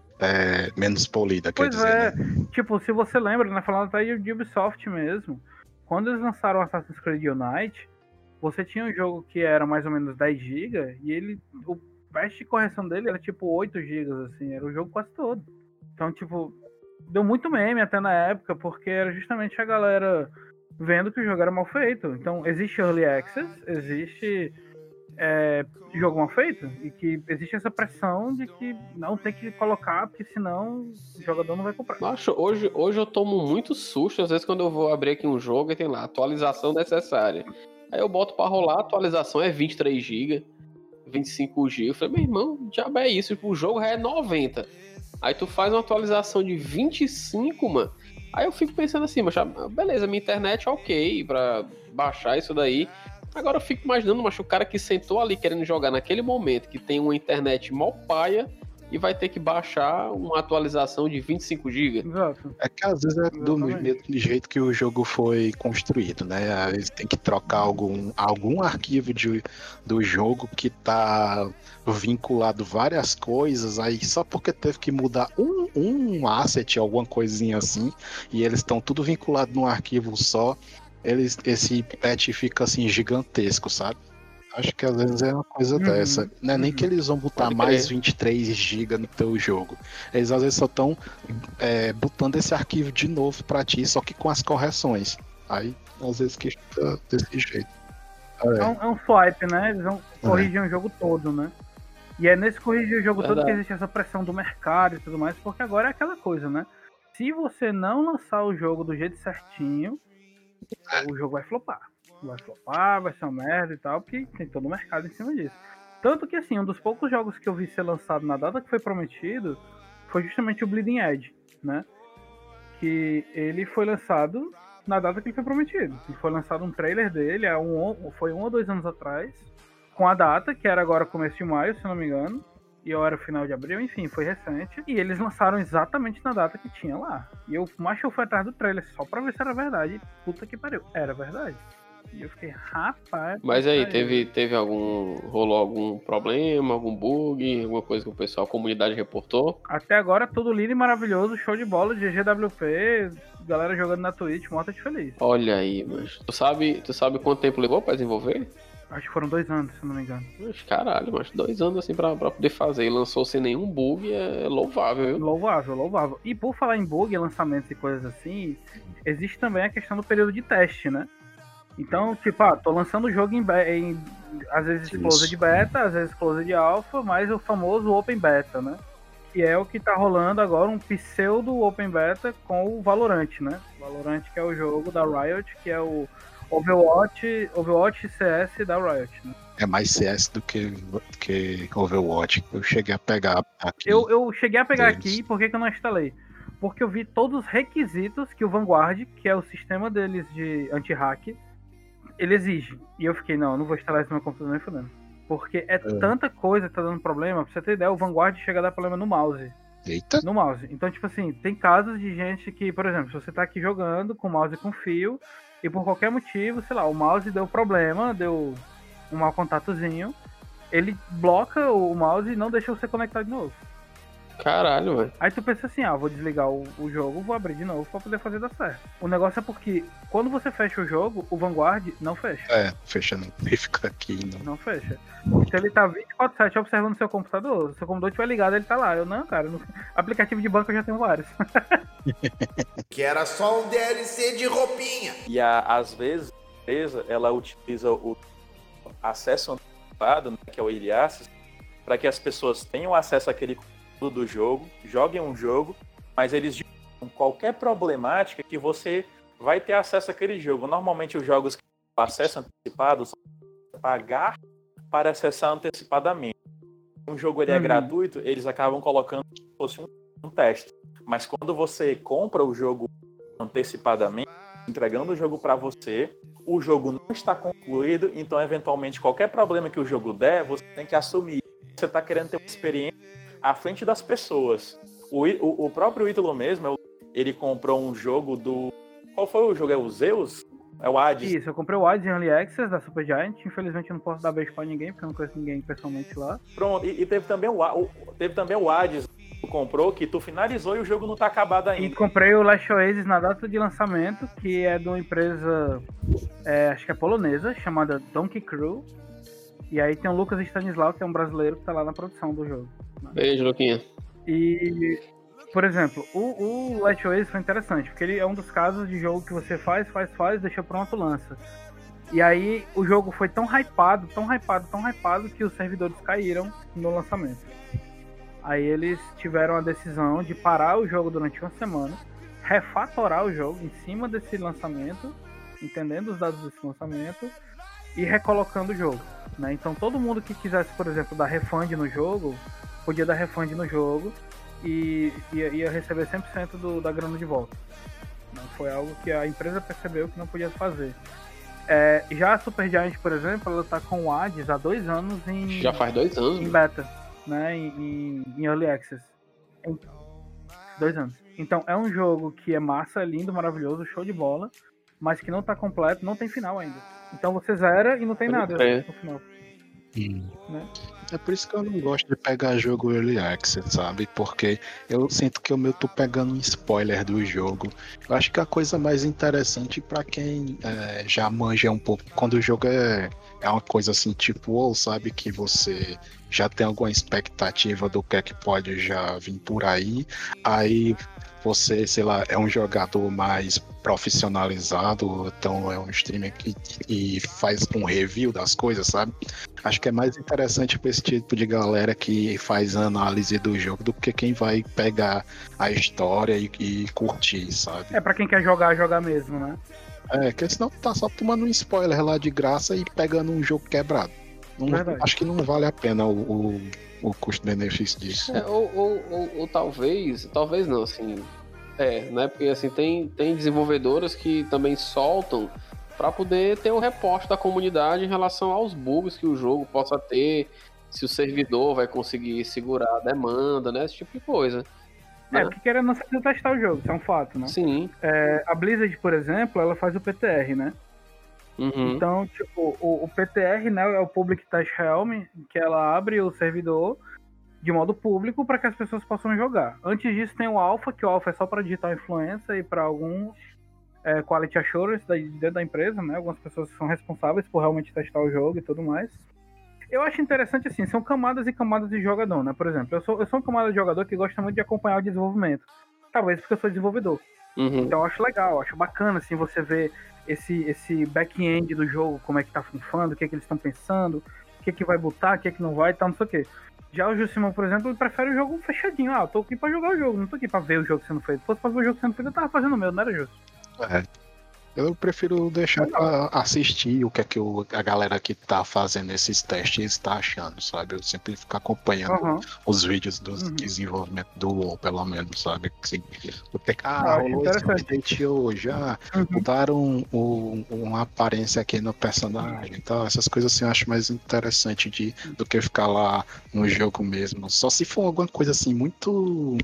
[SPEAKER 6] É, menos polida, quer
[SPEAKER 4] pois
[SPEAKER 6] dizer,
[SPEAKER 4] é,
[SPEAKER 6] né?
[SPEAKER 4] Tipo, se você lembra, né, falando até de Ubisoft mesmo, quando eles lançaram Assassin's Creed Unite, você tinha um jogo que era mais ou menos dez gigas, e ele, o patch de correção dele era tipo oito gigas, assim, era o jogo quase todo. Então, tipo, deu muito meme até na época, porque era justamente a galera vendo que o jogo era mal feito. Então, existe Early Access, existe... É, jogo mal feito, e que existe essa pressão de que não tem que colocar, porque senão o jogador não vai comprar.
[SPEAKER 5] Acho, hoje, hoje eu tomo muito susto, às vezes quando eu vou abrir aqui um jogo e tem lá, atualização necessária. Aí eu boto pra rolar, a atualização é vinte e três gigas, vinte e cinco gigas. Eu falei, meu irmão, diabo é isso, o jogo já é noventa. Aí tu faz uma atualização de vinte e cinco, mano. Aí eu fico pensando assim, mas beleza, minha internet é ok pra baixar isso daí. Agora eu fico imaginando, mas o cara que sentou ali querendo jogar naquele momento, que tem uma internet mó paia e vai ter que baixar uma atualização de vinte e cinco gigas.
[SPEAKER 4] Exato.
[SPEAKER 6] É que às vezes é do mesmo jeito que o jogo foi construído, né? Eles têm que trocar algum, algum arquivo de, do jogo que tá vinculado várias coisas, aí só porque teve que mudar um, um asset, alguma coisinha assim, e eles estão tudo vinculado num arquivo só. Eles, esse patch fica assim gigantesco, sabe? Acho que às vezes é uma coisa uhum, dessa. Não é uhum. nem que eles vão botar Pode mais crer. vinte e três gigas no teu jogo. Eles às vezes só estão é, botando esse arquivo de novo pra ti, só que com as correções. Aí às vezes que fica desse jeito.
[SPEAKER 4] É, é, um, é um swipe, né? Eles vão corrigir é. o jogo todo, né? E é nesse corrigir o jogo todo
[SPEAKER 5] Verdade.
[SPEAKER 4] que existe essa pressão do mercado e tudo mais, porque agora é aquela coisa, né? Se você não lançar o jogo do jeito certinho, o jogo vai flopar. Vai flopar, vai ser uma merda e tal, porque tem todo o mercado em cima disso. Tanto que, assim, um dos poucos jogos que eu vi ser lançado na data que foi prometido foi justamente o Bleeding Edge, né? Que ele foi lançado na data que ele foi prometido. E foi lançado um trailer dele há um, foi um ou dois anos atrás, com a data, que era agora começo de maio, se não me engano, e eu era final de abril, enfim, foi recente. E eles lançaram exatamente na data que tinha lá. E eu, macho, eu fui atrás do trailer só pra ver se era verdade. Puta que pariu, era verdade. E eu fiquei, rapaz...
[SPEAKER 5] Mas aí,
[SPEAKER 4] pariu.
[SPEAKER 5] teve, teve algum. Rolou algum problema, algum bug, alguma coisa que o pessoal, a comunidade reportou?
[SPEAKER 4] Até agora, tudo lindo e maravilhoso, show de bola, G G W P, galera jogando na Twitch, morta de feliz.
[SPEAKER 5] Olha aí, mas. Tu sabe, tu sabe quanto tempo levou pra desenvolver?
[SPEAKER 4] Acho que foram dois anos, se não me engano.
[SPEAKER 5] Mas, caralho, mas dois anos assim pra, pra poder fazer. E lançou sem nenhum bug, é louvável, viu?
[SPEAKER 4] Louvável, louvável. E por falar em bug, lançamentos e coisas assim, existe também a questão do período de teste, né? Então, tipo, ah, tô lançando o jogo em, be- em às vezes close de beta, às vezes close de alpha, mas o famoso open beta, né? Que é o que tá rolando agora, um pseudo open beta com o Valorant, né? Valorant, que é o jogo da Riot, que é o Overwatch, Overwatch C S da Riot, né?
[SPEAKER 6] É mais C S do que, que Overwatch. Eu cheguei a pegar aqui.
[SPEAKER 4] Eu, eu cheguei a pegar
[SPEAKER 6] deles.
[SPEAKER 4] aqui, por que que eu não instalei? Porque eu vi todos os requisitos que o Vanguard, que é o sistema deles de anti-hack, ele exige. E eu fiquei, não, eu não vou instalar isso no meu computador nem fudendo. Porque é, tanta coisa que tá dando problema. Pra você ter ideia, o Vanguard chega a dar problema no mouse.
[SPEAKER 6] Eita.
[SPEAKER 4] No mouse. Então, tipo assim, tem casos de gente que, por exemplo, se você tá aqui jogando com mouse e com fio, e por qualquer motivo, sei lá, o mouse deu problema, deu um mau contatozinho, ele bloca o mouse e não deixa você conectar de novo.
[SPEAKER 5] Caralho, velho.
[SPEAKER 4] Aí tu pensa assim, ah, vou desligar o, o jogo, vou abrir de novo pra poder fazer dar certo. O negócio é porque quando você fecha o jogo, o Vanguard não fecha.
[SPEAKER 6] É, fechando e fica aqui. Não.
[SPEAKER 4] Não fecha. Então ele tá vinte e quatro sete observando seu computador. Se o seu computador estiver ligado, ele tá lá. Eu não, cara. No... Aplicativo de banco eu já tenho vários.
[SPEAKER 8] Que era só um D L C de roupinha.
[SPEAKER 7] E a, às vezes a empresa ela utiliza o acesso antecipado, né, que é o Early Access, para que as pessoas tenham acesso àquele conteúdo do jogo, joguem um jogo, mas eles divulgam qualquer problemática que você vai ter acesso àquele jogo. Normalmente os jogos que têm acesso antecipado são pagar para acessar antecipadamente. Um jogo ele é
[SPEAKER 4] Uhum.
[SPEAKER 7] gratuito, eles acabam colocando como se fosse um, um teste. Mas quando você compra o jogo antecipadamente, entregando o jogo para você, o jogo não está concluído, então eventualmente qualquer problema que o jogo der, você tem que assumir. Você está querendo ter uma experiência à frente das pessoas. O, o, o próprio Ítalo mesmo, ele comprou um jogo do... Qual foi o jogo? É o Zeus? É o Hades?
[SPEAKER 4] Isso, eu comprei o Hades em Early Access da Supergiant. Infelizmente eu não posso dar beijo pra ninguém, porque eu não conheço ninguém pessoalmente lá.
[SPEAKER 7] Pronto, e, e teve, também o, o, teve também o Hades que tu comprou, que tu finalizou e o jogo não tá acabado
[SPEAKER 4] E
[SPEAKER 7] ainda.
[SPEAKER 4] comprei o Last Oasis na data de lançamento, que é de uma empresa, é, acho que é polonesa, chamada Donkey Crew. E aí tem o Lucas Stanislau, que é um brasileiro que tá lá na produção do jogo.
[SPEAKER 5] Beijo, Luquinha.
[SPEAKER 4] E, por exemplo, o, o Last Oasis foi interessante, porque ele é um dos casos de jogo que você faz, faz, faz, deixa pronto, lança. E aí o jogo foi tão hypado, tão hypado, tão hypado, que os servidores caíram no lançamento. Aí eles tiveram a decisão de parar o jogo durante uma semana, refatorar o jogo em cima desse lançamento, entendendo os dados desse lançamento, e recolocando o jogo, né? Então todo mundo que quisesse, por exemplo, dar refund no jogo, podia dar refund no jogo e ia, ia receber cem por cento do, da grana de volta. Não foi algo que a empresa percebeu que não podia fazer. É, já a Supergiant, por exemplo, ela tá com o Hades há dois anos em,
[SPEAKER 5] Já faz dois anos,
[SPEAKER 4] em
[SPEAKER 5] velho.
[SPEAKER 4] beta, né? Em, em, em Early Access. Em- dois anos. Então é um jogo que é massa, é lindo, maravilhoso, show de bola, mas que não tá completo, não tem final ainda. Então você zera e não tem
[SPEAKER 5] Pode
[SPEAKER 4] nada
[SPEAKER 5] crer.
[SPEAKER 4] no final.
[SPEAKER 6] Hum.
[SPEAKER 4] Né?
[SPEAKER 6] É por isso que eu não gosto de pegar jogo Early Access, sabe? Porque eu sinto que eu meu tô pegando um spoiler do jogo. Eu acho que a coisa mais interessante pra quem é, já manja um pouco, quando o jogo é, é uma coisa assim, tipo, ou sabe que você já tem alguma expectativa do que é que pode já vir por aí, aí você, sei lá, é um jogador mais profissionalizado, então é um streamer que e faz um review das coisas, sabe? Acho que é mais interessante para esse tipo de galera que faz análise do jogo do que quem vai pegar a história e, e curtir, sabe?
[SPEAKER 4] É pra quem quer jogar, jogar mesmo, né?
[SPEAKER 6] É, porque senão tá só tomando um spoiler lá de graça e pegando um jogo quebrado. Não, acho que não vale a pena o, o, o custo-benefício disso.
[SPEAKER 5] É, ou, ou, ou, ou talvez, talvez não, assim. É, né? Porque assim, tem, tem desenvolvedoras que também soltam para poder ter o reporte da comunidade em relação aos bugs que o jogo possa ter, se o servidor vai conseguir segurar a demanda, né? Esse tipo de coisa.
[SPEAKER 4] É, porque querendo não precisa testar o jogo, isso é um fato, né?
[SPEAKER 5] Sim.
[SPEAKER 4] É, a Blizzard, por exemplo, ela faz o P T R, né?
[SPEAKER 5] Uhum.
[SPEAKER 4] Então, tipo, o, o P T R, né, é o Public Test Realm, que ela abre o servidor de modo público para que as pessoas possam jogar. Antes disso tem o Alpha, que o Alpha é só para digital influencer e para alguns é, Quality Assurance da, dentro da empresa, né? Algumas pessoas são responsáveis por realmente testar o jogo e tudo mais. Eu acho interessante, assim, são camadas e camadas de jogador, né? Por exemplo, eu sou, eu sou uma camada de jogador que gosta muito de acompanhar o desenvolvimento. Talvez porque eu sou desenvolvedor.
[SPEAKER 5] Uhum.
[SPEAKER 4] Então eu acho legal, eu acho bacana, assim, você ver esse, esse back-end do jogo, como é que tá funcionando, o que é que eles estão pensando, o que é que vai botar, o que é que não vai e tal, não sei o quê. Já o Jusimão, por exemplo, ele prefere o jogo fechadinho. Ah, eu tô aqui pra jogar o jogo, não tô aqui pra ver o jogo sendo feito. Se fosse pra ver o jogo sendo feito, eu tava fazendo o meu, não era justo?
[SPEAKER 6] É. Eu prefiro deixar pra assistir o que é que o, a galera que tá fazendo esses testes tá achando, sabe? Eu sempre fico acompanhando
[SPEAKER 4] Uhum.
[SPEAKER 6] os vídeos do
[SPEAKER 4] Uhum.
[SPEAKER 6] desenvolvimento do WoW, pelo menos, sabe? Assim, porque, ah,
[SPEAKER 4] Ah, acho
[SPEAKER 6] rolou esse
[SPEAKER 4] interessante.
[SPEAKER 6] update hoje, ah,
[SPEAKER 4] Uhum.
[SPEAKER 6] mudaram um, uma aparência aqui no personagem e tal. Essas coisas assim eu acho mais interessante de, do que ficar lá no jogo mesmo. Só se for alguma coisa assim muito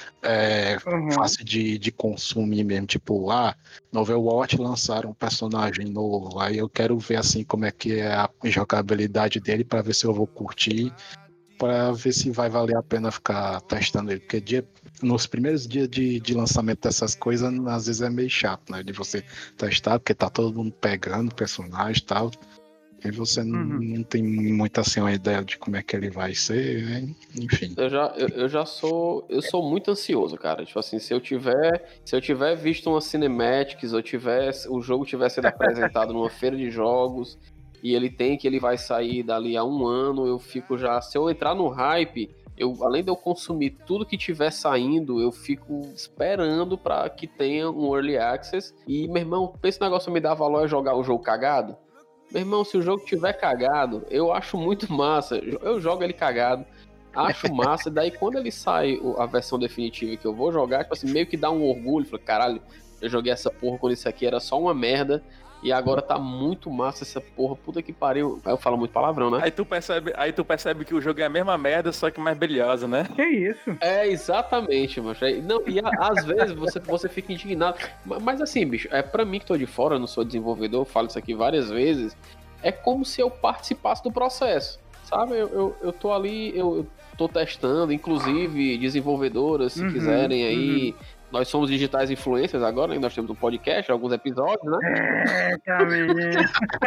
[SPEAKER 6] é,
[SPEAKER 4] Uhum.
[SPEAKER 6] fácil de, de consumir mesmo, tipo, ah, no Overwatch lançaram um personagem novo, aí eu quero ver assim como é que é a jogabilidade dele para ver se eu vou curtir, para ver se vai valer a pena ficar testando ele, porque dia, nos primeiros dias de, de lançamento dessas coisas, às vezes é meio chato, né, de você testar, porque tá todo mundo pegando o personagem e tal, e você não,
[SPEAKER 4] Uhum.
[SPEAKER 6] não tem muito assim uma ideia de como é que ele vai ser, né? Enfim.
[SPEAKER 5] Eu já, eu, eu já sou. Eu sou muito ansioso, cara. Tipo assim, se eu tiver. Se eu tiver visto uma cinematics, ou tiver, o jogo tiver sido apresentado numa feira de jogos, e ele tem que ele vai sair dali a um ano, eu fico já. Se eu entrar no hype, eu, além de eu consumir tudo que tiver saindo, eu fico esperando pra que tenha um early access. E, meu irmão, esse negócio me dá valor é jogar o jogo cagado. Meu irmão, se o jogo tiver cagado, eu acho muito massa. Eu jogo ele cagado, acho massa. Daí quando ele sai a versão definitiva que eu vou jogar, tipo assim, meio que dá um orgulho. Fala, caralho, eu joguei essa porra quando isso aqui era só uma merda. E agora tá muito massa essa porra, puta que pariu. Aí eu falo muito palavrão, né?
[SPEAKER 7] Aí tu percebe, aí tu percebe que o jogo é a mesma merda, só que mais brilhosa, né?
[SPEAKER 4] Que isso?
[SPEAKER 5] É, exatamente, mano. Não, e a, às vezes você, você fica indignado. Mas, mas assim, bicho, é pra mim que tô de fora, eu não sou desenvolvedor, eu falo isso aqui várias vezes. É como se eu participasse do processo, sabe? Eu, eu, eu tô ali, eu, eu tô testando, inclusive desenvolvedoras, se
[SPEAKER 4] Uhum,
[SPEAKER 5] quiserem aí.
[SPEAKER 4] uhum.
[SPEAKER 5] Nós somos digitais influencers agora, né? Nós temos um podcast, alguns episódios, né?
[SPEAKER 4] É, caminho.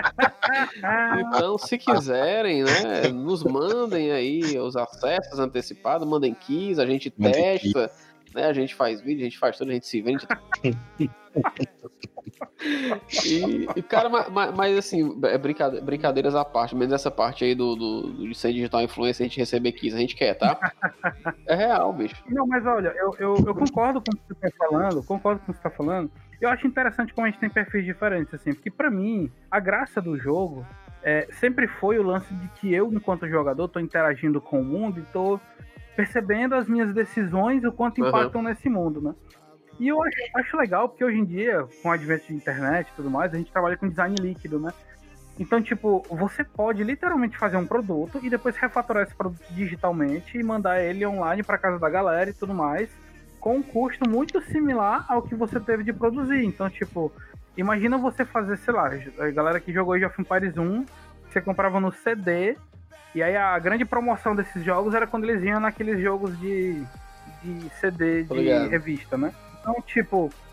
[SPEAKER 5] Então, se quiserem, né, nos mandem aí os acessos antecipados, mandem keys, a gente
[SPEAKER 6] Mandem
[SPEAKER 5] testa, né, a gente faz vídeo, a gente faz tudo, a gente se vende. E, e, cara, mas, mas assim, é brincadeira, brincadeiras à parte, menos essa parte aí do, do, do de ser digital influencer, a gente receber keys, a gente quer, tá? É real, bicho.
[SPEAKER 4] Não, mas olha, eu, eu, eu concordo com o que você tá falando, concordo com o que você tá falando. Eu acho interessante como a gente tem perfis diferentes, assim, porque pra mim, a graça do jogo é, sempre foi o lance de que eu, enquanto jogador, tô interagindo com o mundo e tô percebendo as minhas decisões e o quanto
[SPEAKER 5] Uhum.
[SPEAKER 4] impactam nesse mundo, né? E eu acho, acho legal, porque hoje em dia, com o advento de internet e tudo mais, a gente trabalha com design líquido, né? Então, tipo, você pode literalmente fazer um produto e depois refatorar esse produto digitalmente e mandar ele online para casa da galera e tudo mais, com um custo muito similar ao que você teve de produzir. Então, tipo, imagina você fazer, sei lá, a galera que jogou Age of Empires um, você comprava no C D, e aí a grande promoção desses jogos era quando eles iam naqueles jogos de, de C D, de
[SPEAKER 5] Obrigado.
[SPEAKER 4] revista, né? Então, tipo,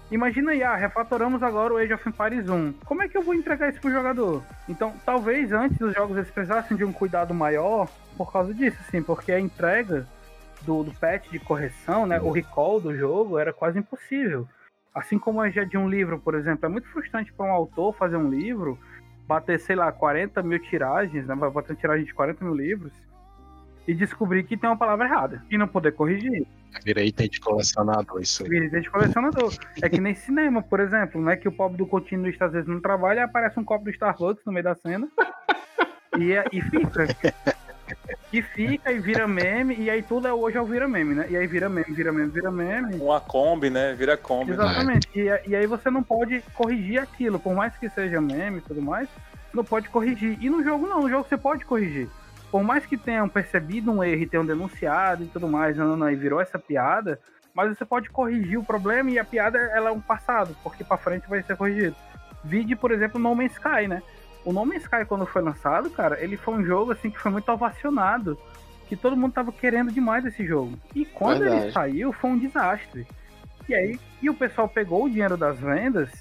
[SPEAKER 4] Imagina aí, ah, refatoramos agora o Age of Empires um. Como é que eu vou entregar isso pro jogador? Então, talvez antes dos jogos eles precisassem de um cuidado maior por causa disso, assim, porque a entrega do, do patch de correção, né, o recall do jogo era quase impossível. Assim como a de um livro, por exemplo, é muito frustrante para um autor fazer um livro, bater, sei lá, quarenta mil tiragens, né, bater uma tiragem de quarenta mil livros, e descobrir que tem uma palavra errada, e não poder corrigir.
[SPEAKER 6] Vira item de colecionador, isso aí.
[SPEAKER 4] Vira item de colecionador. É que nem cinema, por exemplo, né? Que o pobre do continuista às vezes não trabalha e aparece um copo do Starbucks no meio da cena. E, e fica. E fica e vira meme, e aí tudo é hoje é o vira meme, né? E aí vira meme, vira meme, vira meme.
[SPEAKER 7] Uma Kombi, né? Vira Kombi.
[SPEAKER 4] Exatamente. Né? E, e aí você não pode corrigir aquilo, por mais que seja meme e tudo mais, não pode corrigir. E no jogo não, no jogo você pode corrigir. Por mais que tenham percebido um erro e tenham denunciado e tudo mais, não, não, e virou essa piada, mas você pode corrigir o problema e a piada ela é um passado, porque pra frente vai ser corrigido. Vide, por exemplo, No Man's Sky, né? O No Man's Sky, quando foi lançado, cara, ele foi um jogo assim que foi muito ovacionado, que todo mundo tava querendo demais esse jogo. E quando Verdade. ele saiu, foi um desastre. E aí, e o pessoal pegou o dinheiro das vendas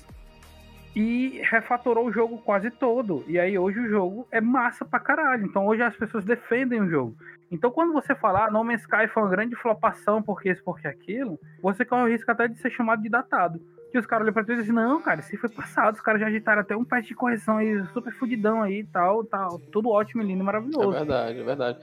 [SPEAKER 4] e refatorou o jogo quase todo. E aí hoje o jogo é massa pra caralho. Então hoje as pessoas defendem o jogo. Então quando você falar ah, No Man's Sky foi uma grande flopação porque isso, porque aquilo, você corre o risco até de ser chamado de datado. Que os caras olham pra tu e dizem, não, cara, isso foi passado, os caras já agitaram até um patch de correção aí, super fudidão aí e tal, tal. Tudo ótimo, lindo e maravilhoso.
[SPEAKER 5] É verdade, é verdade.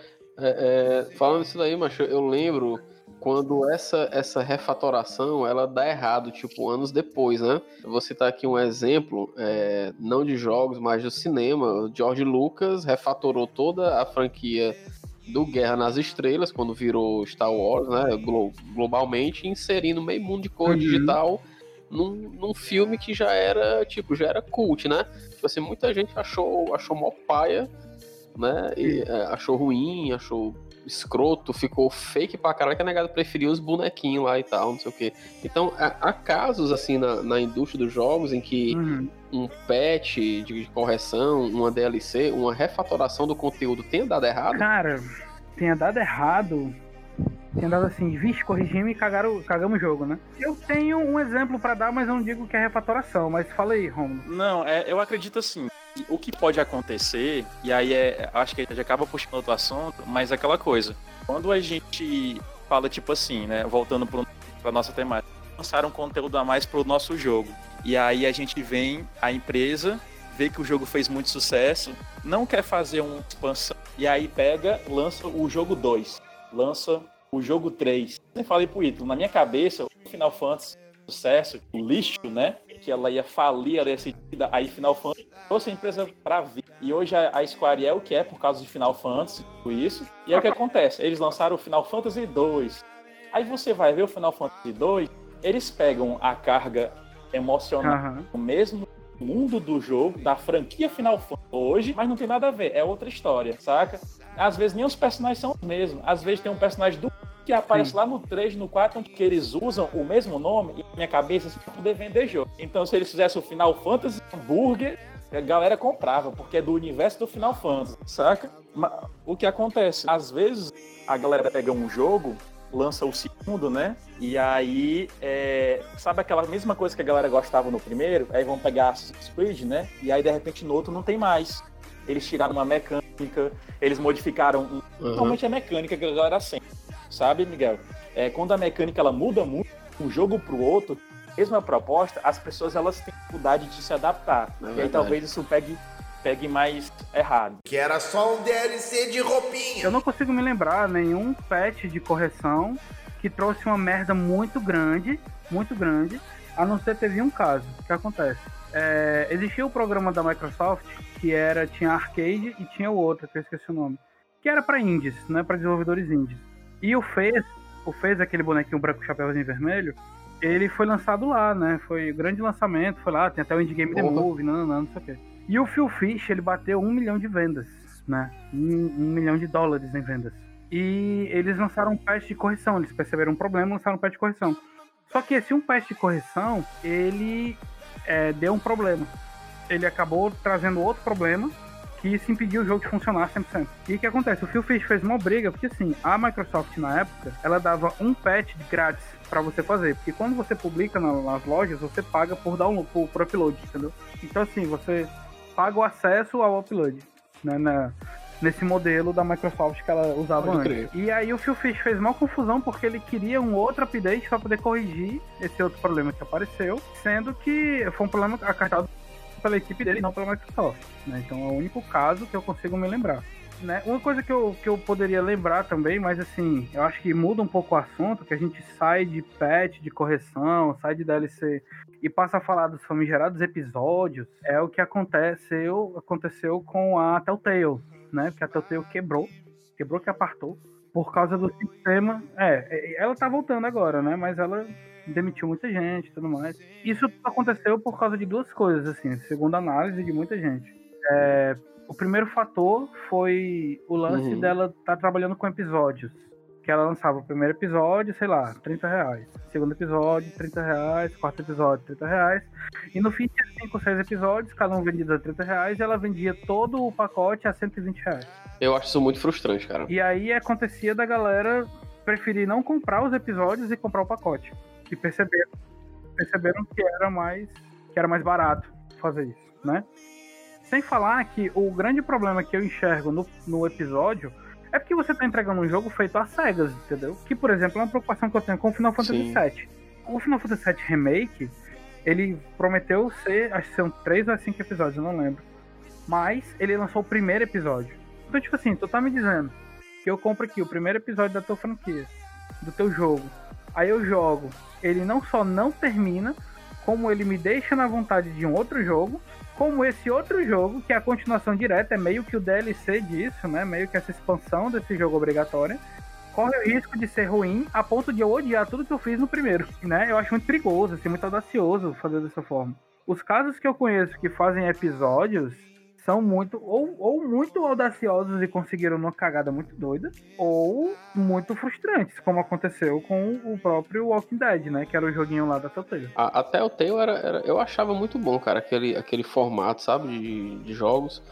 [SPEAKER 5] É, é, falando isso daí, macho, eu lembro quando essa, essa refatoração, ela dá errado, tipo, anos depois, né? Eu vou citar aqui um exemplo, é, não de jogos, mas do cinema. O George Lucas refatorou toda a franquia do Guerra nas Estrelas, quando virou Star Wars, né? Glo- globalmente, inserindo meio mundo de cor uhum. digital num, num filme que já era, tipo, já era cult, né? Tipo assim, muita gente achou, achou mó paia, né? E, é, achou ruim, achou escroto, ficou fake pra caralho, que a negada preferia os bonequinhos lá e tal, não sei o que. Então, há, há casos, assim, na, na indústria dos jogos em que uhum. um patch de, de correção, uma D L C, uma refatoração do conteúdo tenha dado errado?
[SPEAKER 4] Cara, tenha dado errado, tenha dado assim, vixe, corrigimos e cagaram, cagamos o jogo, né? Eu tenho um exemplo pra dar, mas eu não digo que é refatoração, mas fala aí, Romulo.
[SPEAKER 7] Não, é, eu acredito assim, o que pode acontecer, e aí é, acho que a gente acaba puxando outro assunto, mas é aquela coisa, quando a gente fala tipo assim, né, voltando pro, pra nossa temática, lançar um conteúdo a mais pro nosso jogo, e aí a gente vem, a empresa, vê que o jogo fez muito sucesso, não quer fazer uma expansão, e aí pega, lança o jogo dois, lança o jogo três. Eu falei pro Ítalo, na minha cabeça, o Final Fantasy sucesso, o lixo, né? Que ela ia falir, ela ia ser tida, aí Final Fantasy trouxe a empresa pra vir. E hoje a, a Square é o que é por causa de Final Fantasy, tudo isso. E aí o que acontece? Eles lançaram o Final Fantasy dois. Aí você vai ver o Final Fantasy dois, eles pegam a carga emocional uhum. do mesmo mundo do jogo, da franquia Final Fantasy hoje, mas não tem nada a ver, é outra história, saca? Às vezes nem os personagens são os mesmos, às vezes tem um personagem do que aparece Sim. lá no três, no quatro, que eles usam o mesmo nome e na minha cabeça assim, pra poder vender jogo. Então se eles fizessem o Final Fantasy Hambúrguer, a galera comprava, porque é do universo do Final Fantasy, saca? Mas, o que acontece? Às vezes a galera pega um jogo, lança o segundo, né? E aí, é... sabe aquela mesma coisa que a galera gostava no primeiro? Aí vão pegar Assassin's Creed, né? E aí, de repente, no outro não tem mais. Eles tiraram uma mecânica, eles modificaram um... Uhum. Normalmente é mecânica que a galera sente, sabe, Miguel? É, quando a mecânica ela muda muito, um jogo pro outro, mesma proposta, as pessoas elas têm dificuldade de se adaptar. É e aí, verdade. Talvez isso pegue... pegue mais errado.
[SPEAKER 8] Que era só um D L C de roupinha.
[SPEAKER 4] Eu não consigo me lembrar nenhum patch de correção que trouxe uma merda muito grande, muito grande, a não ser teve um caso. O que acontece? É, existia o programa da Microsoft que era, tinha arcade e tinha o outro, que eu esqueci o nome, que era para indies, né, para desenvolvedores indies. E o Fez, o Fez, aquele bonequinho branco, chapéuzinho vermelho, ele foi lançado lá, né, foi o grande lançamento, foi lá, tem até o Indie Game The Movie, não, não, não, não sei o quê. E o Phil Fish, ele bateu um milhão de vendas, né? Um, um milhão de dólares em vendas. E eles lançaram um patch de correção, eles perceberam um problema e lançaram um patch de correção. Só que esse um patch de correção, ele é, deu um problema. Ele acabou trazendo outro problema, que isso impediu o jogo de funcionar cem por cento. E o que acontece? O Phil Fish fez uma briga, porque assim, a Microsoft na época, ela dava um patch de grátis pra você fazer, porque quando você publica na, nas lojas, você paga por download, por, por upload, entendeu? Então assim, você paga o acesso ao upload, né, na, nesse modelo da Microsoft que ela usava
[SPEAKER 5] Pode
[SPEAKER 4] antes.
[SPEAKER 5] crer.
[SPEAKER 4] E aí o Phil Fish fez uma confusão porque ele queria um outro update pra poder corrigir esse outro problema que apareceu, sendo que foi um problema acarretado pela equipe dele, não pela Microsoft, né? Então é o único caso que eu consigo me lembrar, né? Uma coisa que eu, que eu poderia lembrar também, mas assim, eu acho que muda um pouco o assunto, que a gente sai de patch, de correção, sai de D L C e passa a falar dos famigerados episódios, é o que aconteceu, aconteceu com a Telltale, né? Porque a Telltale quebrou, quebrou que apartou, por causa do sistema. É, ela tá voltando agora, né? Mas ela demitiu muita gente e tudo mais. Isso aconteceu por causa de duas coisas, assim, segundo a análise de muita gente. É, o primeiro fator foi o lance
[SPEAKER 5] Uhum.
[SPEAKER 4] dela estar trabalhando com episódios. Que ela lançava o primeiro episódio, sei lá, trinta reais. Segundo episódio, trinta reais. Quarto episódio, trinta reais. E no fim tinha cinco, seis episódios, cada um vendido a trinta reais, e ela vendia todo o pacote a cento e vinte reais.
[SPEAKER 5] Eu acho isso muito frustrante, cara.
[SPEAKER 4] E aí acontecia da galera preferir não comprar os episódios e comprar o pacote. E perceberam, perceberam que era mais que era mais barato fazer isso, né? Sem falar que o grande problema que eu enxergo no, no episódio é porque você tá entregando um jogo feito às cegas, entendeu? Que, por exemplo, é uma preocupação que eu tenho com o Final Fantasy
[SPEAKER 5] Sim.
[SPEAKER 4] sete. O Final Fantasy sete Remake, ele prometeu ser, acho que são três ou cinco episódios, eu não lembro. Mas ele lançou o primeiro episódio. Então, tipo assim, tu tá me dizendo que eu compro aqui o primeiro episódio da tua franquia, do teu jogo. Aí eu jogo, ele não só não termina, como ele me deixa na vontade de um outro jogo, como esse outro jogo, que é a continuação direta, é meio que o D L C disso, né? Meio que essa expansão desse jogo obrigatória, corre o risco de ser ruim a ponto de eu odiar tudo que eu fiz no primeiro, né? Eu acho muito perigoso, assim, muito audacioso fazer dessa forma. Os casos que eu conheço que fazem episódios são muito, ou, ou muito audaciosos e conseguiram uma cagada muito doida, ou muito frustrantes, como aconteceu com o próprio Walking Dead, né? Que era o joguinho lá da Telltale.
[SPEAKER 5] A, a Telltale era, era, eu achava muito bom, cara, aquele, aquele formato, sabe, de, de jogos.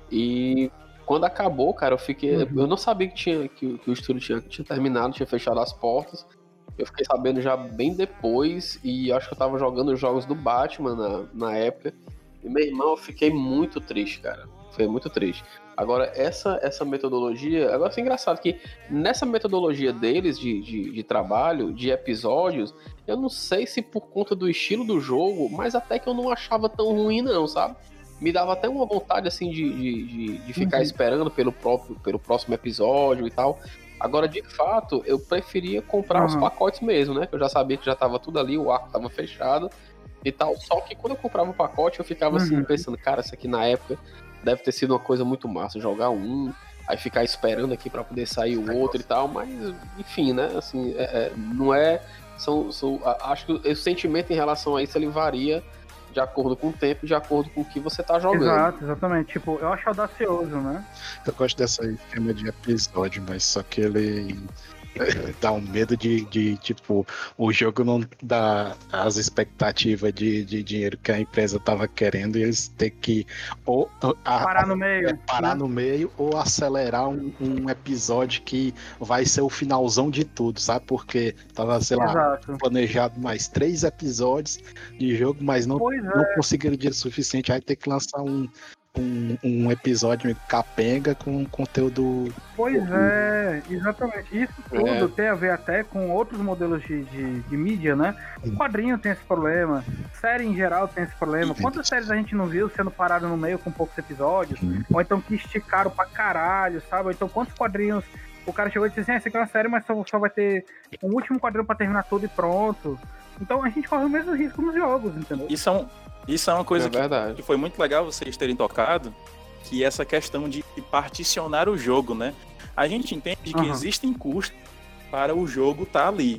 [SPEAKER 5] E quando acabou, cara, eu fiquei.
[SPEAKER 4] Uhum.
[SPEAKER 5] Eu não sabia que, tinha, que, que o estúdio tinha, tinha terminado, tinha fechado as portas. Eu fiquei sabendo já bem depois, e acho que eu tava jogando os jogos do Batman na, na época. E, meu irmão, eu fiquei muito triste, cara. Foi muito triste. Agora, essa, essa metodologia... Agora, é engraçado que nessa metodologia deles de, de, de trabalho, de episódios, eu não sei se por conta do estilo do jogo, mas até que eu não achava tão ruim, não, sabe? Me dava até uma vontade, assim, de, de, de, de ficar
[SPEAKER 4] Uhum.
[SPEAKER 5] esperando pelo, próprio, pelo próximo episódio e tal. Agora, de fato, eu preferia comprar
[SPEAKER 4] Uhum.
[SPEAKER 5] os pacotes mesmo, né? Que eu já sabia que já tava tudo ali, o arco tava fechado e tal. Só que quando eu comprava o pacote, eu ficava assim,
[SPEAKER 4] Uhum.
[SPEAKER 5] pensando, cara, isso aqui na época deve ter sido uma coisa muito massa, jogar um, aí ficar esperando aqui pra poder sair o outro e tal, mas enfim, né, assim, é, é, não é, são, são, acho que o sentimento em relação a isso, ele varia de acordo com o tempo, de acordo com o que você tá jogando.
[SPEAKER 4] Exato, exatamente. Tipo, eu acho audacioso, né?
[SPEAKER 6] Eu gosto dessa esquema de episódio, mas só que ele dá um medo de, de, tipo, o jogo não dá as expectativas de, de dinheiro que a empresa tava querendo e eles ter que ou a,
[SPEAKER 4] Parar no meio.
[SPEAKER 6] é, parar
[SPEAKER 4] né?
[SPEAKER 6] no meio ou acelerar um, um episódio que vai ser o finalzão de tudo, sabe? Porque tava, sei lá,
[SPEAKER 4] Exato.
[SPEAKER 6] planejado mais três episódios de jogo, mas não,
[SPEAKER 4] Pois é.
[SPEAKER 6] não conseguiram dinheiro suficiente, aí ter que lançar um, um, um episódio capenga com conteúdo.
[SPEAKER 4] Pois é, exatamente. Isso tudo
[SPEAKER 5] É.
[SPEAKER 4] tem a ver até com outros modelos de, de, de mídia, né? O quadrinho tem esse problema, série em geral tem esse problema.
[SPEAKER 6] Sim.
[SPEAKER 4] Quantas séries a gente não viu sendo parado no meio com poucos episódios?
[SPEAKER 6] Sim.
[SPEAKER 4] Ou então que esticaram pra caralho, sabe? Ou então quantos quadrinhos o cara chegou e disse assim, ah, essa aqui é uma série, mas só, só vai ter um último quadrinho pra terminar tudo e pronto. Então a gente corre o mesmo risco nos jogos, entendeu?
[SPEAKER 7] Isso é, um, isso é uma coisa
[SPEAKER 5] É
[SPEAKER 7] que,
[SPEAKER 5] verdade.
[SPEAKER 7] que foi muito legal vocês terem tocado, que é essa questão de particionar o jogo, né? A gente entende que
[SPEAKER 4] Aham.
[SPEAKER 7] existem custos para o jogo estar ali.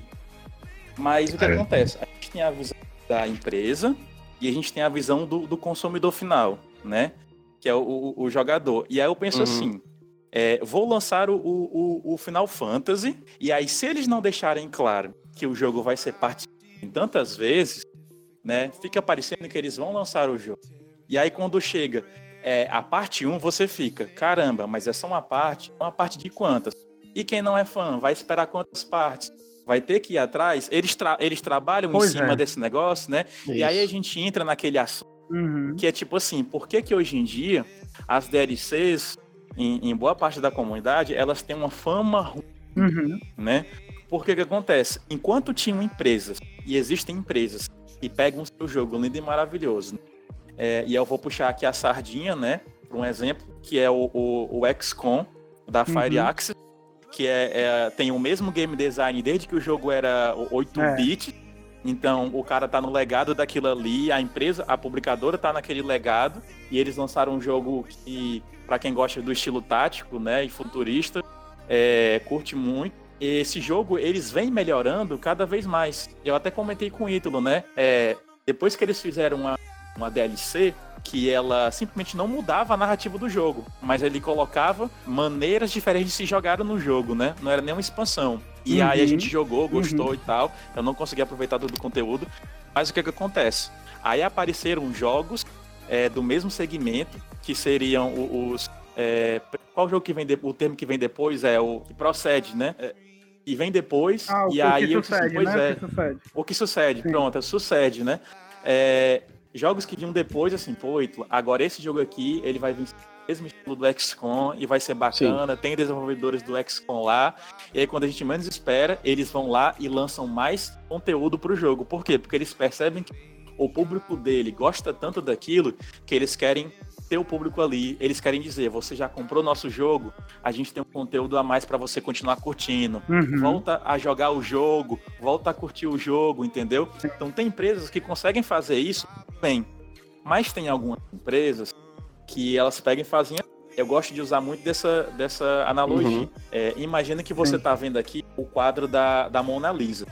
[SPEAKER 7] Mas o que
[SPEAKER 6] É.
[SPEAKER 7] acontece? A gente tem a visão da empresa e a gente tem a visão do, do consumidor final, né? Que é o, o, o jogador. E aí eu penso
[SPEAKER 5] Uhum.
[SPEAKER 7] assim, é, vou lançar o, o, o Final Fantasy, e aí se eles não deixarem claro que o jogo vai ser particionado em tantas vezes, né? Fica parecendo que eles vão lançar o jogo. E aí quando chega é, a parte um você fica, caramba, mas é só uma parte? Uma parte de quantas? E quem não é fã, vai esperar quantas partes? Vai ter que ir atrás? Eles, tra- eles trabalham pois em cima é. desse negócio, né? Isso. E aí a gente entra naquele assunto uhum. que é tipo assim, por que que hoje em dia as D L Cs, em, em boa parte da comunidade, elas têm uma fama ruim, uhum. né? Porque que acontece? Enquanto tinham empresas, e existem empresas que pegam o seu jogo lindo e maravilhoso, né? é, e eu vou puxar aqui a sardinha, né? Por um exemplo, que é o, o, o X COM da Fireaxis, uhum. que é, é, tem o mesmo game design desde que o jogo era oito bit. É. Então, o cara tá no legado daquilo ali, a empresa, a publicadora tá naquele legado, e eles lançaram um jogo que, pra quem gosta do estilo tático, né, e futurista, é, curte muito. E esse jogo, eles vêm melhorando cada vez mais. Eu até comentei com o Ítalo, né, é, depois que eles fizeram uma, uma D L C, que ela simplesmente não mudava a narrativa do jogo, mas ele colocava maneiras diferentes de se jogar no jogo, né? Não era nenhuma expansão. E uhum. aí a gente jogou, gostou uhum. e tal. Eu não consegui aproveitar todo o conteúdo. Mas o que que acontece? Aí apareceram jogos é, do mesmo segmento, que seriam os... É, qual jogo que vem depois? O termo que vem depois é o que procede, né? É, e vem depois, ah, e aí...
[SPEAKER 4] Que sucede,
[SPEAKER 7] eu, pois
[SPEAKER 4] né?
[SPEAKER 7] é,
[SPEAKER 4] o que sucede.
[SPEAKER 7] O que sucede, Sim. pronto, sucede, né? É... Jogos que vinham depois, assim, pô, agora esse jogo aqui, ele vai vir no mesmo estilo do X COM e vai ser bacana, Sim. tem desenvolvedores do X COM lá, e aí quando a gente menos espera, eles vão lá e lançam mais conteúdo pro jogo. Por quê? Porque eles percebem que o público dele gosta tanto daquilo que eles querem ter o público ali, eles querem dizer, você já comprou nosso jogo, a gente tem um conteúdo a mais para você continuar curtindo, uhum. volta a jogar o jogo, volta a curtir o jogo, entendeu? Então tem empresas que conseguem fazer isso bem, mas tem algumas empresas que elas pegam e fazem, eu gosto de usar muito dessa, dessa analogia. Uhum. É, imagina que você está vendo aqui o quadro da, da Mona Lisa.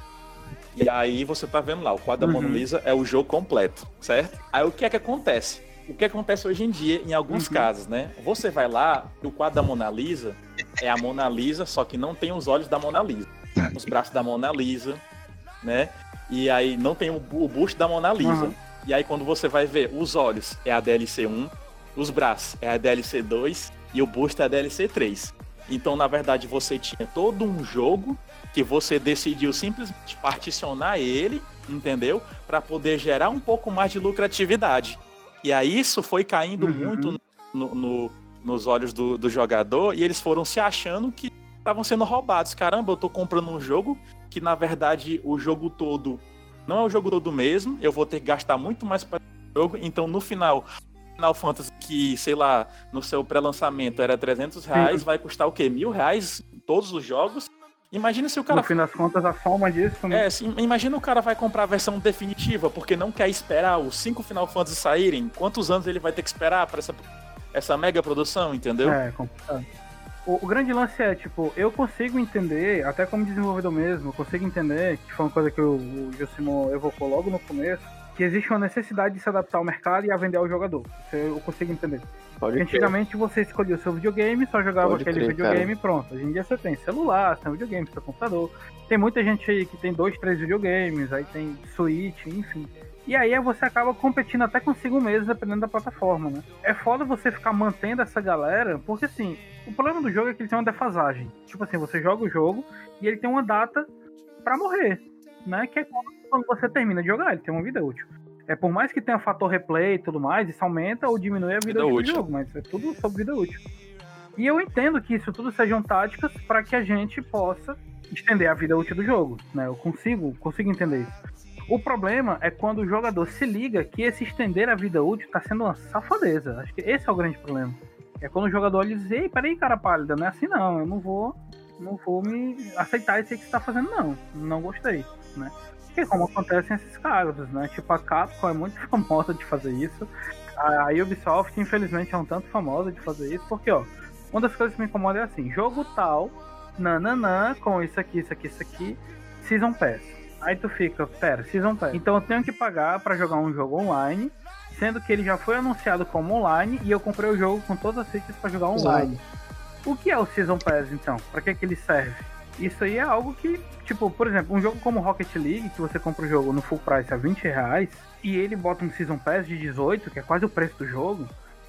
[SPEAKER 7] E aí você tá vendo lá, o quadro uhum. da Mona Lisa é o jogo completo, certo? Aí o que é que acontece? O que acontece hoje em dia, em alguns uhum. casos, né? Você vai lá, e o quadro da Mona Lisa é a Mona Lisa, só que não tem os olhos da Mona Lisa. Os braços da Mona Lisa, né? E aí não tem o, o busto da Mona Lisa. Uhum. E aí quando você vai ver, os olhos é a D L C um, os braços é a D L C dois e o busto é a D L C três. Então, na verdade, você tinha todo um jogo que você decidiu simplesmente particionar ele, entendeu? Para poder gerar um pouco mais de lucratividade. E aí isso foi caindo uhum. muito no, no, nos olhos do, do jogador, e eles foram se achando que estavam sendo roubados. Caramba, eu tô comprando um jogo que, na verdade, o jogo todo não é o jogo todo mesmo, eu vou ter que gastar muito mais para o jogo, então no final, Final Fantasy, que, sei lá, no seu pré-lançamento era trezentos reais, Sim. vai custar o quê? Mil reais todos os jogos? Imagina se o cara...
[SPEAKER 4] No fim das contas, a forma disso... Né?
[SPEAKER 7] É, sim, imagina o cara vai comprar a versão definitiva, porque não quer esperar os cinco Final Fantasy saírem. Quantos anos ele vai ter que esperar para essa, essa mega produção, entendeu?
[SPEAKER 4] É, complicado. O, o grande lance é, tipo, eu consigo entender, até como desenvolvedor mesmo, eu consigo entender, que foi uma coisa que o, o Josimon evocou logo no começo, que existe uma necessidade de se adaptar ao mercado e a vender ao jogador. Isso eu consigo entender. Pode Antigamente ter. Você escolhia o seu videogame, só jogava Pode aquele crer, videogame e pronto. Hoje em dia você tem celular, você tem videogame, você tem computador. Tem muita gente aí que tem dois, três videogames, aí tem Switch, enfim. E aí você acaba competindo até consigo mesmo, dependendo da plataforma, né? É foda você ficar mantendo essa galera, porque assim, o problema do jogo é que ele tem uma defasagem. Tipo assim, você joga o jogo e ele tem uma data pra morrer, né? Que é quando você termina de jogar, ele tem uma vida útil. É, por mais que tenha fator replay e tudo mais, isso aumenta ou diminui a vida, vida útil, útil do jogo, mas é tudo sobre vida útil. E eu entendo que isso tudo sejam táticas para que a gente possa estender a vida útil do jogo, né? Eu consigo, consigo entender isso. O problema é quando o jogador se liga que esse estender a vida útil tá sendo uma safadeza. Acho que esse é o grande problema. É quando o jogador olha e diz, ei, peraí, cara pálida, não é assim não, eu não vou, não vou me aceitar isso aí que você tá fazendo não, não gostei, né? Que como acontece nesses casos, né? Tipo, a Capcom é muito famosa de fazer isso. A Ubisoft, infelizmente, é um tanto famosa de fazer isso, porque, ó, uma das coisas que me incomoda é assim, jogo tal, nananã, com isso aqui, isso aqui, isso aqui, Season Pass. Aí tu fica, pera, Season Pass. Então eu tenho que pagar pra jogar um jogo online, sendo que ele já foi anunciado como online, e eu comprei o jogo com todas as features pra jogar online. Exato. O que é o Season Pass, então? Pra que que ele serve? Isso aí é algo que, tipo, por exemplo, um jogo como Rocket League, que você compra o jogo no full price a vinte reais, e ele bota um Season Pass de dezoito, que é quase o preço do jogo,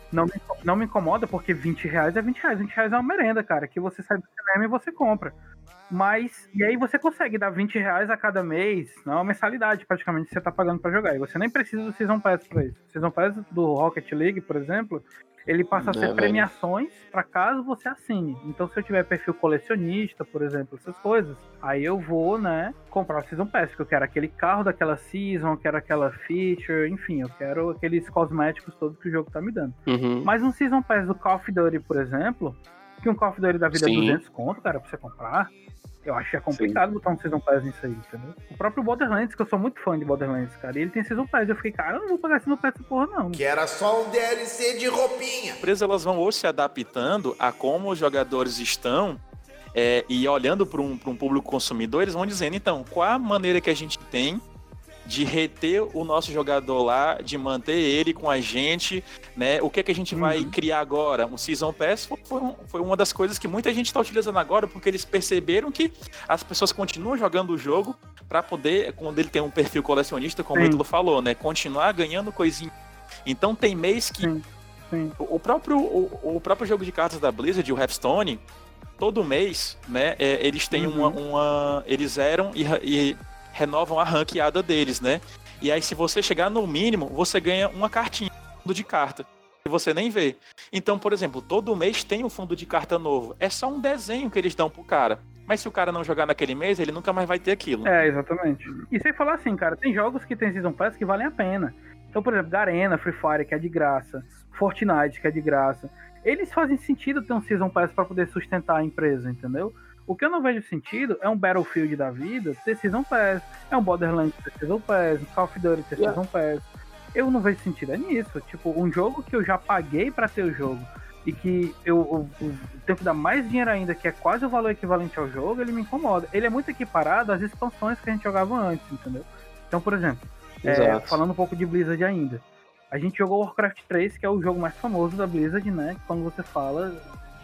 [SPEAKER 4] Não me, não me incomoda porque vinte reais é vinte reais. vinte reais é uma merenda, cara, que você sai do cinema e você compra. Mas, e aí você consegue dar vinte reais a cada mês, não é uma mensalidade praticamente que você tá pagando pra jogar. E você nem precisa do Season Pass pra isso. O Season Pass do Rocket League, por exemplo, ele passa a ser
[SPEAKER 5] É,
[SPEAKER 4] premiações pra caso você assine. Então, se eu tiver perfil colecionista, por exemplo, essas coisas, aí eu vou, né, comprar o Season Pass, porque eu quero aquele carro daquela season, eu quero aquela feature, enfim, eu quero aqueles cosméticos todos que o jogo tá me dando.
[SPEAKER 5] Uhum.
[SPEAKER 4] Mas um Season Pass do Call of Duty, por exemplo, que um Call of Duty da vida é
[SPEAKER 5] Sim.
[SPEAKER 4] duzentos conto, cara, pra você comprar, eu acho que é complicado botar um Season Pass nisso aí, entendeu? O próprio Borderlands, que eu sou muito fã de Borderlands, cara, e ele tem Season Pass. Eu fiquei, cara, eu não vou pagar Season Pass dessa porra, não.
[SPEAKER 8] Que era só um D L C de roupinha.
[SPEAKER 7] As empresas elas vão hoje se adaptando a como os jogadores estão é, e olhando para um, para um público consumidor, eles vão dizendo, então, qual a maneira que a gente tem de reter o nosso jogador lá, de manter ele com a gente, né? O que é que a gente uhum. vai criar agora? Um Season Pass foi, foi, um, foi uma das coisas que muita gente está utilizando agora, porque eles perceberam que as pessoas continuam jogando o jogo para poder, quando ele tem um perfil colecionista, como Sim. o Ítalo falou, né? Continuar ganhando coisinha. Então tem mês que
[SPEAKER 4] Sim. Sim.
[SPEAKER 7] O, próprio, o, o próprio jogo de cartas da Blizzard, o Hearthstone, todo mês, né? É, eles têm uhum. uma, uma... Eles eram e... e renovam a ranqueada deles, né? E aí, se você chegar no mínimo, você ganha uma cartinha de carta, que você nem vê. Então, por exemplo, todo mês tem um fundo de carta novo. É só um desenho que eles dão pro cara. Mas se o cara não jogar naquele mês, ele nunca mais vai ter aquilo.
[SPEAKER 4] É, exatamente. E sem falar assim, cara, tem jogos que tem Season Pass que valem a pena. Então, por exemplo, Garena, Free Fire, que é de graça, Fortnite, que é de graça. Eles fazem sentido ter um Season Pass pra poder sustentar a empresa, entendeu? O que eu não vejo sentido é um Battlefield da vida ter Season Pass, é um Borderlands ter Season Pass, um Call of Duty ter yeah. Season Pass. Eu não vejo sentido é nisso. Tipo, um jogo que eu já paguei pra ter o jogo e que eu, eu, eu tenho que dar mais dinheiro ainda, que é quase o valor equivalente ao jogo, ele me incomoda. Ele é muito equiparado às expansões que a gente jogava antes, entendeu? Então, por exemplo, é, falando um pouco de Blizzard ainda, a gente jogou Warcraft três, que é o jogo mais famoso da Blizzard, né? Quando você fala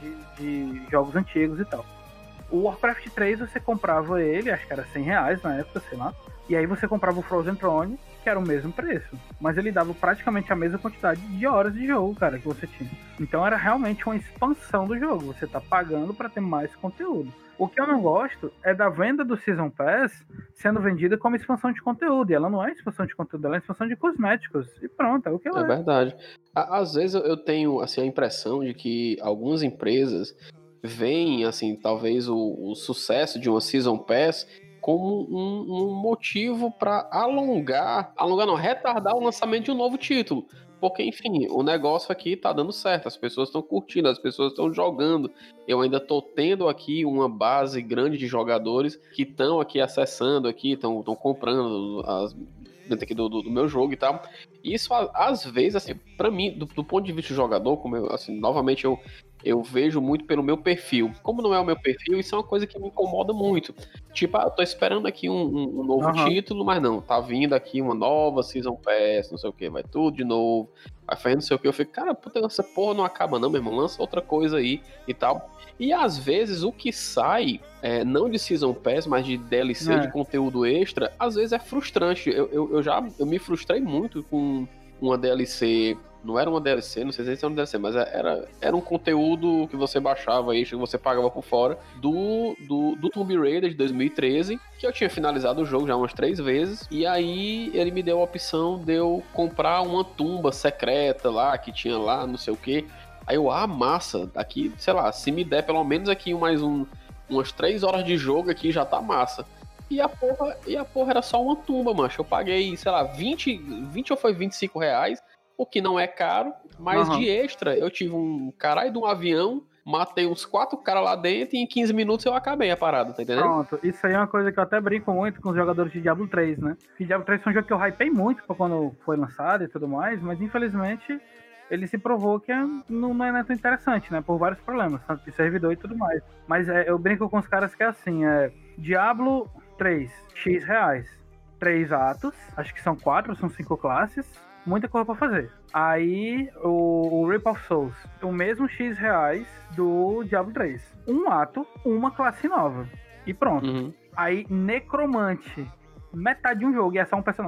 [SPEAKER 4] de, de jogos antigos e tal. O Warcraft três, você comprava ele, acho que era cem reais na época, sei lá. E aí você comprava o Frozen Throne, que era o mesmo preço. Mas ele dava praticamente a mesma quantidade de horas de jogo, cara, que você tinha. Então era realmente uma expansão do jogo. Você tá pagando pra ter mais conteúdo. O que eu não gosto é da venda do Season Pass sendo vendida como expansão de conteúdo. E ela não é expansão de conteúdo, ela é expansão de cosméticos. E pronto, é o que ela é.
[SPEAKER 5] É verdade. Às vezes eu tenho assim, a impressão de que algumas empresas veem, assim, talvez o, o sucesso de uma Season Pass como um, um motivo para alongar, alongar não, retardar o lançamento de um novo título. Porque, enfim, o negócio aqui tá dando certo, as pessoas estão curtindo, as pessoas estão jogando. Eu ainda tô tendo aqui uma base grande de jogadores que estão aqui acessando aqui, estão comprando as, dentro aqui do, do, do meu jogo e tal. E isso, às vezes, assim, para mim, do, do ponto de vista do jogador, como eu, assim, novamente eu Eu vejo muito pelo meu perfil. Como não é o meu perfil, isso é uma coisa que me incomoda muito. Tipo, ah, eu tô esperando aqui um, um, um novo uhum. título, mas não, tá vindo aqui uma nova Season Pass, não sei o que, vai tudo de novo, vai fazendo não sei o que. Eu fico, cara, puta, essa porra não acaba não, meu irmão, lança outra coisa aí e tal. E às vezes o que sai, é, não de Season Pass, mas de D L C, é. de conteúdo extra, às vezes é frustrante. Eu, eu, eu já eu me frustrei muito com uma D L C. Não era uma D L C, não sei se era uma D L C, mas era, era um conteúdo que você baixava aí, que você pagava por fora, do, do, do Tomb Raider de dois mil e treze, que eu tinha finalizado o jogo já umas três vezes, e aí ele me deu a opção de eu comprar uma tumba secreta lá, que tinha lá, não sei o que. Aí eu, ah, massa, aqui, sei lá, se me der pelo menos aqui mais um, umas três horas de jogo aqui, já tá massa. E a porra, e a porra era só uma tumba, mancha. Eu paguei, sei lá, vinte, vinte ou foi vinte e cinco reais, o que não é caro, mas uhum. de extra, eu tive um caralho de um avião, matei uns quatro caras lá dentro e em quinze minutos eu acabei a parada, tá entendendo?
[SPEAKER 4] Pronto, isso aí é uma coisa que eu até brinco muito com os jogadores de Diablo três, né? Porque Diablo três foi um jogo que eu hypei muito quando foi lançado e tudo mais, mas infelizmente ele se provou que não, não é tão interessante, né? Por vários problemas, tanto de servidor e tudo mais. Mas é, eu brinco com os caras que é assim, é Diablo três, X reais, três atos, acho que são quatro, são cinco classes, muita coisa pra fazer. Aí, o, o Reap of Souls, o mesmo X reais do Diablo três. Um ato, uma classe nova. E pronto. Uhum. Aí, Necromante, metade de um jogo e é só um personagem.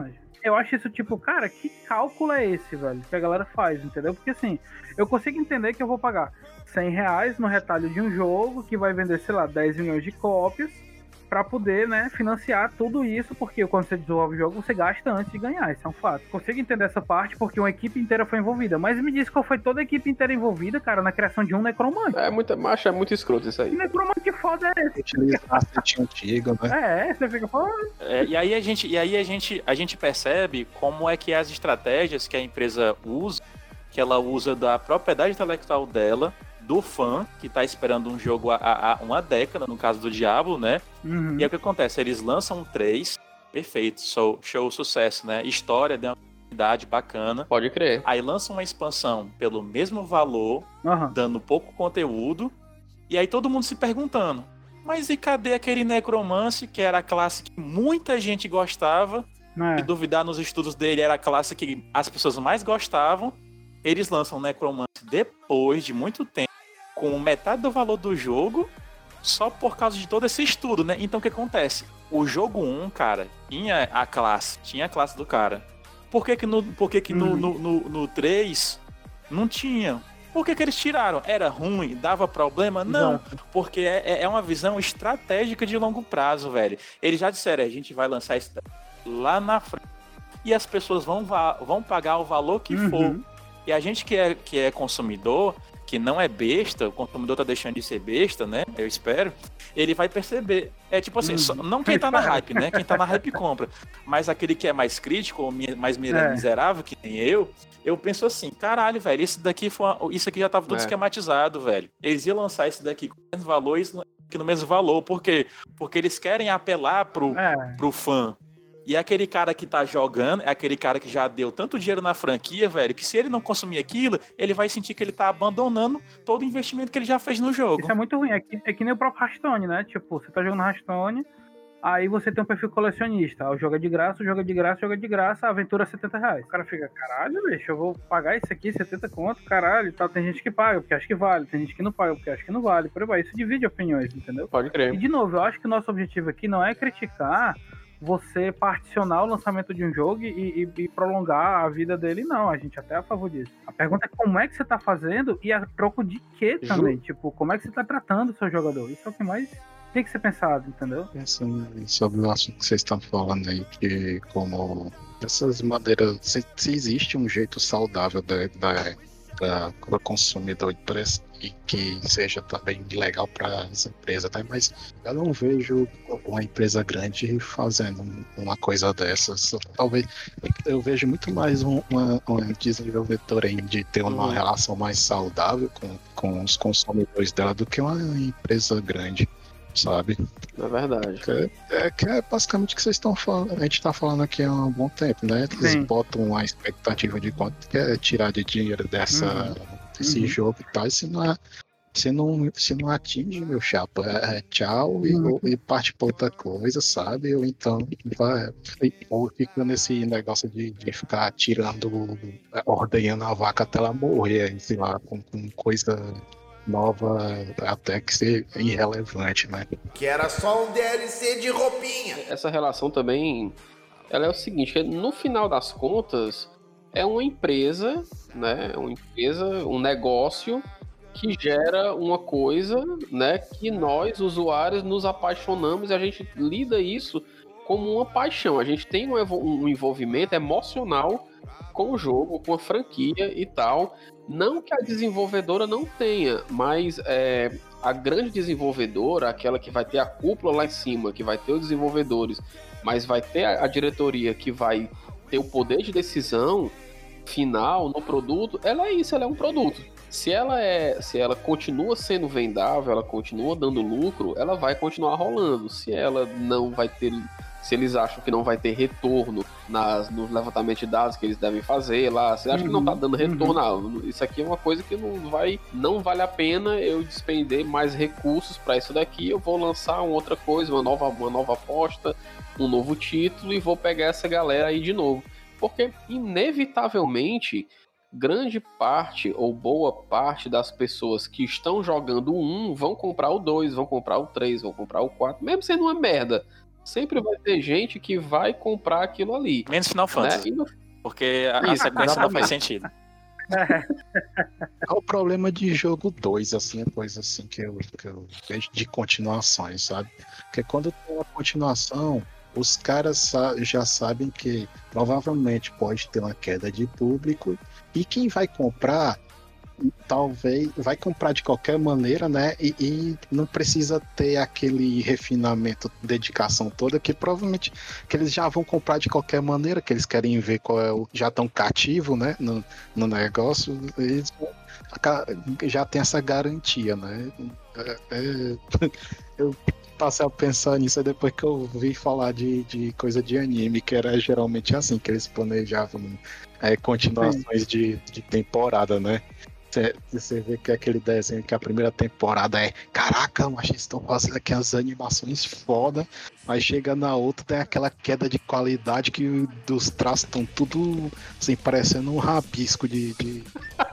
[SPEAKER 4] Eu acho isso, tipo, cara, que cálculo é esse, velho, que a galera faz, entendeu? Porque, assim, eu consigo entender que eu vou pagar cem reais no retalho de um jogo que vai vender, sei lá, dez milhões de cópias pra poder, né, financiar tudo isso, porque quando você desenvolve o jogo, você gasta antes de ganhar, isso é um fato. Consigo entender essa parte porque uma equipe inteira foi envolvida, mas me diz qual foi toda a equipe inteira envolvida, cara, na criação de um necromante.
[SPEAKER 5] É muito, macho, é muito escroto isso aí.
[SPEAKER 4] Que necromante foda é esse?
[SPEAKER 6] Utiliza macete antigo, né?
[SPEAKER 4] É, você fica falando.
[SPEAKER 7] É, e aí, a gente, e aí a, gente, a gente percebe como é que as estratégias que a empresa usa, que ela usa da propriedade intelectual dela, do fã, que tá esperando um jogo há, há uma década, no caso do Diablo, né?
[SPEAKER 4] Uhum.
[SPEAKER 7] E aí o que acontece? Eles lançam três, perfeito, show, show sucesso, né? História, de uma qualidade bacana.
[SPEAKER 5] Pode crer.
[SPEAKER 7] Aí lançam uma expansão pelo mesmo valor,
[SPEAKER 4] Uhum.
[SPEAKER 7] dando pouco conteúdo, e aí todo mundo se perguntando, mas e cadê aquele necromance, que era a classe que muita gente gostava,
[SPEAKER 4] É.
[SPEAKER 7] e duvidar nos estudos dele era a classe que as pessoas mais gostavam. Eles lançam necromance depois de muito tempo, com metade do valor do jogo, só por causa de todo esse estudo, né? Então o que acontece? O jogo um, cara, tinha a classe, tinha a classe do cara. Por que que no, por que que no,
[SPEAKER 4] Uhum.
[SPEAKER 7] no, no, no três não tinha? Por que que eles tiraram? Era ruim? Dava problema? Não, porque é, é uma visão estratégica de longo prazo, velho. Eles já disseram, a gente vai lançar isso lá na frente e as pessoas vão, va- vão pagar o valor que
[SPEAKER 4] Uhum.
[SPEAKER 7] for. E a gente que é, que é consumidor, que não é besta, o consumidor tá deixando de ser besta, né? Eu espero. Ele vai perceber. É tipo assim,
[SPEAKER 4] Uhum.
[SPEAKER 7] só- não quem tá na hype, né? Quem tá na hype compra. Mas aquele que é mais crítico, ou mi- mais mi-
[SPEAKER 4] É.
[SPEAKER 7] miserável, que nem eu, eu penso assim, caralho, velho, isso daqui foi uma- isso aqui já tava tudo
[SPEAKER 5] É.
[SPEAKER 7] esquematizado, velho. Eles iam lançar isso daqui com o mesmo valor, isso aqui no mesmo valor. Por quê? Porque eles querem apelar pro,
[SPEAKER 4] É.
[SPEAKER 7] pro fã. E aquele cara que tá jogando, é aquele cara que já deu tanto dinheiro na franquia, velho, que se ele não consumir aquilo, ele vai sentir que ele tá abandonando todo o investimento que ele já fez no jogo.
[SPEAKER 4] Isso é muito ruim. É que, é que nem o próprio Hearthstone, né? Tipo, você tá jogando Hearthstone, aí você tem um perfil colecionista. O jogo é de graça, o jogo é de graça, o jogo é de graça, a aventura é setenta reais. O cara fica, caralho, bicho, eu vou pagar isso aqui, setenta conto, caralho e tal. Tem gente que paga porque acha que vale, tem gente que não paga porque acha que não vale. Por aí vai. Isso divide opiniões, entendeu?
[SPEAKER 5] Pode
[SPEAKER 4] E
[SPEAKER 5] crer.
[SPEAKER 4] de novo, eu acho que o nosso objetivo aqui não é criticar você particionar o lançamento de um jogo e, e- e prolongar a vida dele, não. A gente até é a favor disso. A pergunta é como é que você tá fazendo e a troco de quê também? Tipo, como é que você tá tratando o seu jogador? Isso é o que mais tem que ser pensado, entendeu?
[SPEAKER 6] Pensando sobre o assunto que vocês estão falando aí, que como essas maneiras, se, se existe um jeito saudável da, da, da, do consumidor de preço e que seja também legal para as empresas, né? Mas eu não vejo uma empresa grande fazendo uma coisa dessas. Talvez eu vejo muito mais um, uma, uma desenvolvedora de ter uma
[SPEAKER 5] Uhum.
[SPEAKER 6] relação mais saudável com, com os consumidores dela do que uma empresa grande, sabe?
[SPEAKER 5] É verdade.
[SPEAKER 6] Que é, que é basicamente o que vocês estão falando. A gente tá falando aqui há um bom tempo, né? Eles
[SPEAKER 4] Sim.
[SPEAKER 6] botam uma expectativa de quanto quer tirar de dinheiro dessa,
[SPEAKER 4] Uhum.
[SPEAKER 6] desse
[SPEAKER 4] Uhum.
[SPEAKER 6] jogo e tal. E se não, se não, se não atinge, meu chapa, é, é tchau e,
[SPEAKER 4] Uhum.
[SPEAKER 6] e parte pra outra coisa, sabe? Ou então vai, ou fica nesse negócio de, de ficar tirando, ordenhando a vaca até ela morrer, sei lá, com, com coisa nova até que ser irrelevante, né?
[SPEAKER 8] Que era só um D L C de roupinha.
[SPEAKER 5] Essa relação também, ela é o seguinte, no final das contas, é uma empresa, né? Uma empresa, um negócio que gera uma coisa, né? Que nós, usuários, nos apaixonamos e a gente lida isso como uma paixão. A gente tem um, evo- um envolvimento emocional com o jogo, com a franquia e tal. Não que a desenvolvedora não tenha, mas é, a grande desenvolvedora, aquela que vai ter a cúpula lá em cima, que vai ter os desenvolvedores, mas vai ter a, a diretoria que vai ter o poder de decisão final no produto, ela é isso, ela é um produto. Se ela é, se ela continua sendo vendável, ela continua dando lucro, ela vai continuar rolando. Se ela não vai ter, se eles acham que não vai ter retorno nas, no levantamento de dados que eles devem fazer lá, se acham que não tá dando retorno, não, isso aqui é uma coisa que não vai, não vale a pena eu despender mais recursos para isso daqui, eu vou lançar uma outra coisa, uma nova, uma nova aposta, um novo título e vou pegar essa galera aí de novo. Porque, inevitavelmente, grande parte ou boa parte das pessoas que estão jogando o um vão comprar o dois, vão comprar o três, vão comprar o quatro, mesmo sendo uma merda. sempre vai ter gente que vai comprar aquilo ali.
[SPEAKER 7] Menos Final Fantasy.
[SPEAKER 5] Né? No...
[SPEAKER 7] Porque a, a
[SPEAKER 5] Isso,
[SPEAKER 7] sequência não faz sentido.
[SPEAKER 6] É o problema de jogo dois, assim, é coisa assim que eu, que eu vejo de continuações, sabe? Porque quando tem uma continuação, os caras sa- já sabem que provavelmente pode ter uma queda de público e quem vai comprar, talvez, vai comprar de qualquer maneira, né? E, e não precisa ter aquele refinamento, dedicação toda, que provavelmente que eles já vão comprar de qualquer maneira, que eles querem ver qual é o. Já estão cativo, né? No, no negócio, eles já tem essa garantia, né? É, é, eu passei a pensar nisso aí depois que eu vi falar de, de coisa de anime, que era geralmente assim, que eles planejavam é, continuações de, de temporada, né? Você vê que é aquele desenho que a primeira temporada é caraca, mas eles estão fazendo aqui as animações foda, mas chega na outra tem aquela queda de qualidade que dos traços estão tudo assim, parecendo um rabisco de, de,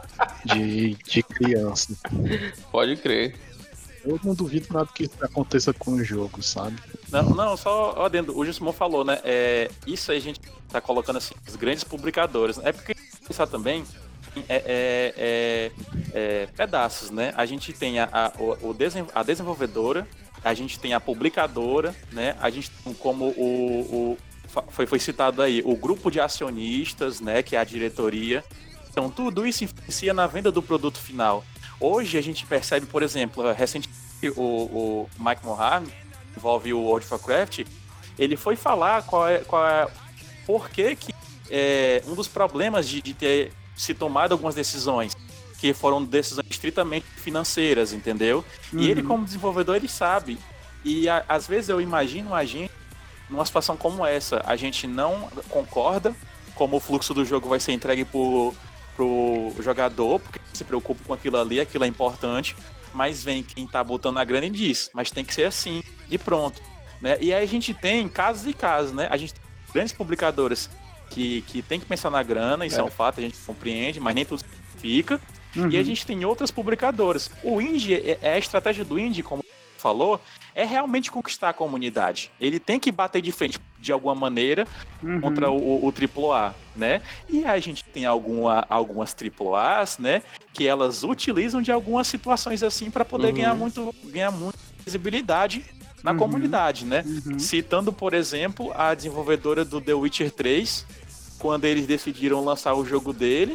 [SPEAKER 6] de, de criança.
[SPEAKER 5] Pode crer.
[SPEAKER 6] Eu não duvido nada que isso aconteça com o jogo, sabe?
[SPEAKER 7] Não, não, só ó, dentro, o Gilson falou, né? É, isso aí a gente tá colocando assim, os grandes publicadores. Né? É porque pensar também É, é, é, é, pedaços, né? A gente tem a, a, o, a desenvolvedora, a gente tem a publicadora, né? A gente tem como o, o foi, foi citado aí o grupo de acionistas, né? Que é a diretoria. Então tudo isso influencia na venda do produto final. Hoje a gente percebe, por exemplo, recentemente o, o Mike Morhaime, que envolve o World of Warcraft, ele foi falar qual é, qual é por que que é, um dos problemas de, de ter se tomado algumas decisões que foram decisões estritamente financeiras, entendeu? Uhum. E ele, como desenvolvedor, ele sabe. E a, às vezes eu imagino a gente numa situação como essa. A gente não concorda como o fluxo do jogo vai ser entregue pro, pro jogador, porque se preocupa com aquilo ali, aquilo é importante, mas vem quem tá botando a grana e diz, mas tem que ser assim, e pronto. Né? E aí a gente tem casos e casos, né? A gente tem grandes publicadoras Que, que tem que pensar na grana, isso é. é um fato, a gente compreende, mas nem tudo fica. Uhum. E a gente tem outras publicadoras. O indie, é, a estratégia do indie, como você falou, é realmente conquistar a comunidade. Ele tem que bater de frente, de alguma maneira, uhum. contra o, o triplo A, né? E a gente tem alguma, algumas triplo A's, né? Que elas utilizam de algumas situações assim para poder uhum. ganhar, muito, ganhar muita visibilidade na uhum. comunidade, né? Uhum. Citando, por exemplo, a desenvolvedora do The Witcher três, quando eles decidiram lançar o jogo dele,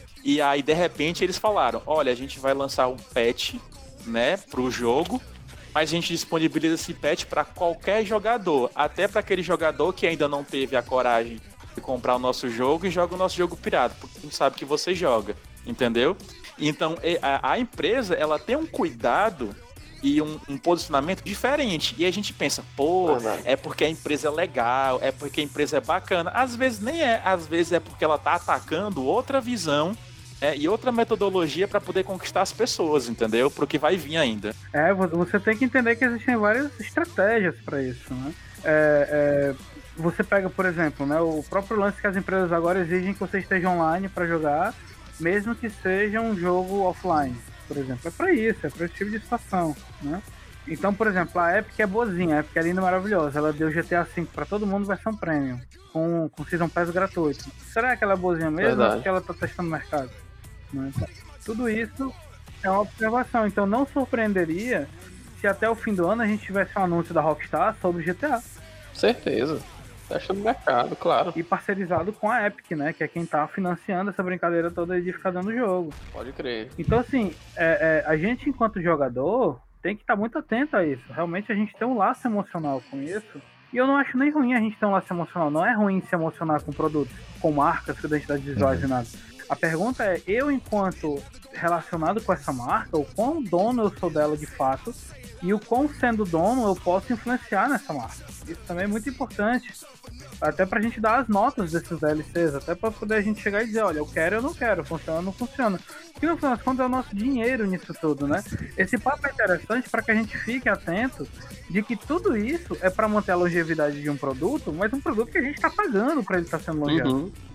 [SPEAKER 7] e aí de repente eles falaram, olha, a gente vai lançar um patch, né, pro jogo, mas a gente disponibiliza esse patch para qualquer jogador, até para aquele jogador que ainda não teve a coragem de comprar o nosso jogo e joga o nosso jogo pirata, porque a gente sabe que você joga, entendeu? Então a, a empresa, ela tem um cuidado e um, um posicionamento diferente. E a gente pensa, pô, é porque a empresa é legal, é porque a empresa é bacana. Às vezes nem é, às vezes é porque ela tá atacando outra visão é, e outra metodologia para poder conquistar as pessoas, entendeu? Pro que vai vir ainda.
[SPEAKER 4] É, você tem que entender que existem várias estratégias para isso, né? É, é, você pega, por exemplo, né, o próprio lance que as empresas agora exigem que você esteja online para jogar, mesmo que seja um jogo offline. Por exemplo, é pra isso, é pra esse tipo de situação, né? Então, por exemplo, a Epic é boazinha, a Epic é linda e maravilhosa, ela deu G T A cinco pra todo mundo versão premium, com, com Season Pass gratuito. Será que ela é boazinha mesmo Verdade. ou porque ela tá testando o mercado? Né? Tudo isso é uma observação, então não surpreenderia se até o fim do ano a gente tivesse um anúncio da Rockstar sobre G T A.
[SPEAKER 5] Certeza. Testa no mercado, claro.
[SPEAKER 4] E parcerizado com a Epic, né? Que é quem tá financiando essa brincadeira toda de ficar dando jogo.
[SPEAKER 5] Pode crer.
[SPEAKER 4] Então, assim, é, é, a gente, enquanto jogador, tem que estar tá muito atento a isso. Realmente, a gente tem um laço emocional com isso. E eu não acho nem ruim a gente ter um laço emocional. Não é ruim se emocionar com produtos, com marcas, com identidades visuais uhum. e nada. A pergunta é, eu, enquanto relacionado com essa marca, o quão dono eu sou dela de fato, e o quão sendo dono eu posso influenciar nessa marca. Isso também é muito importante. Até pra gente dar as notas desses D L Cs, até pra poder a gente chegar e dizer, olha, eu quero, eu não quero, funciona ou não funciona. Porque no final das contas é o nosso dinheiro nisso tudo, né? Esse papo é interessante para que a gente fique atento de que tudo isso é para manter a longevidade de um produto, mas um produto que a gente tá pagando para ele estar tá sendo longevo. Uhum.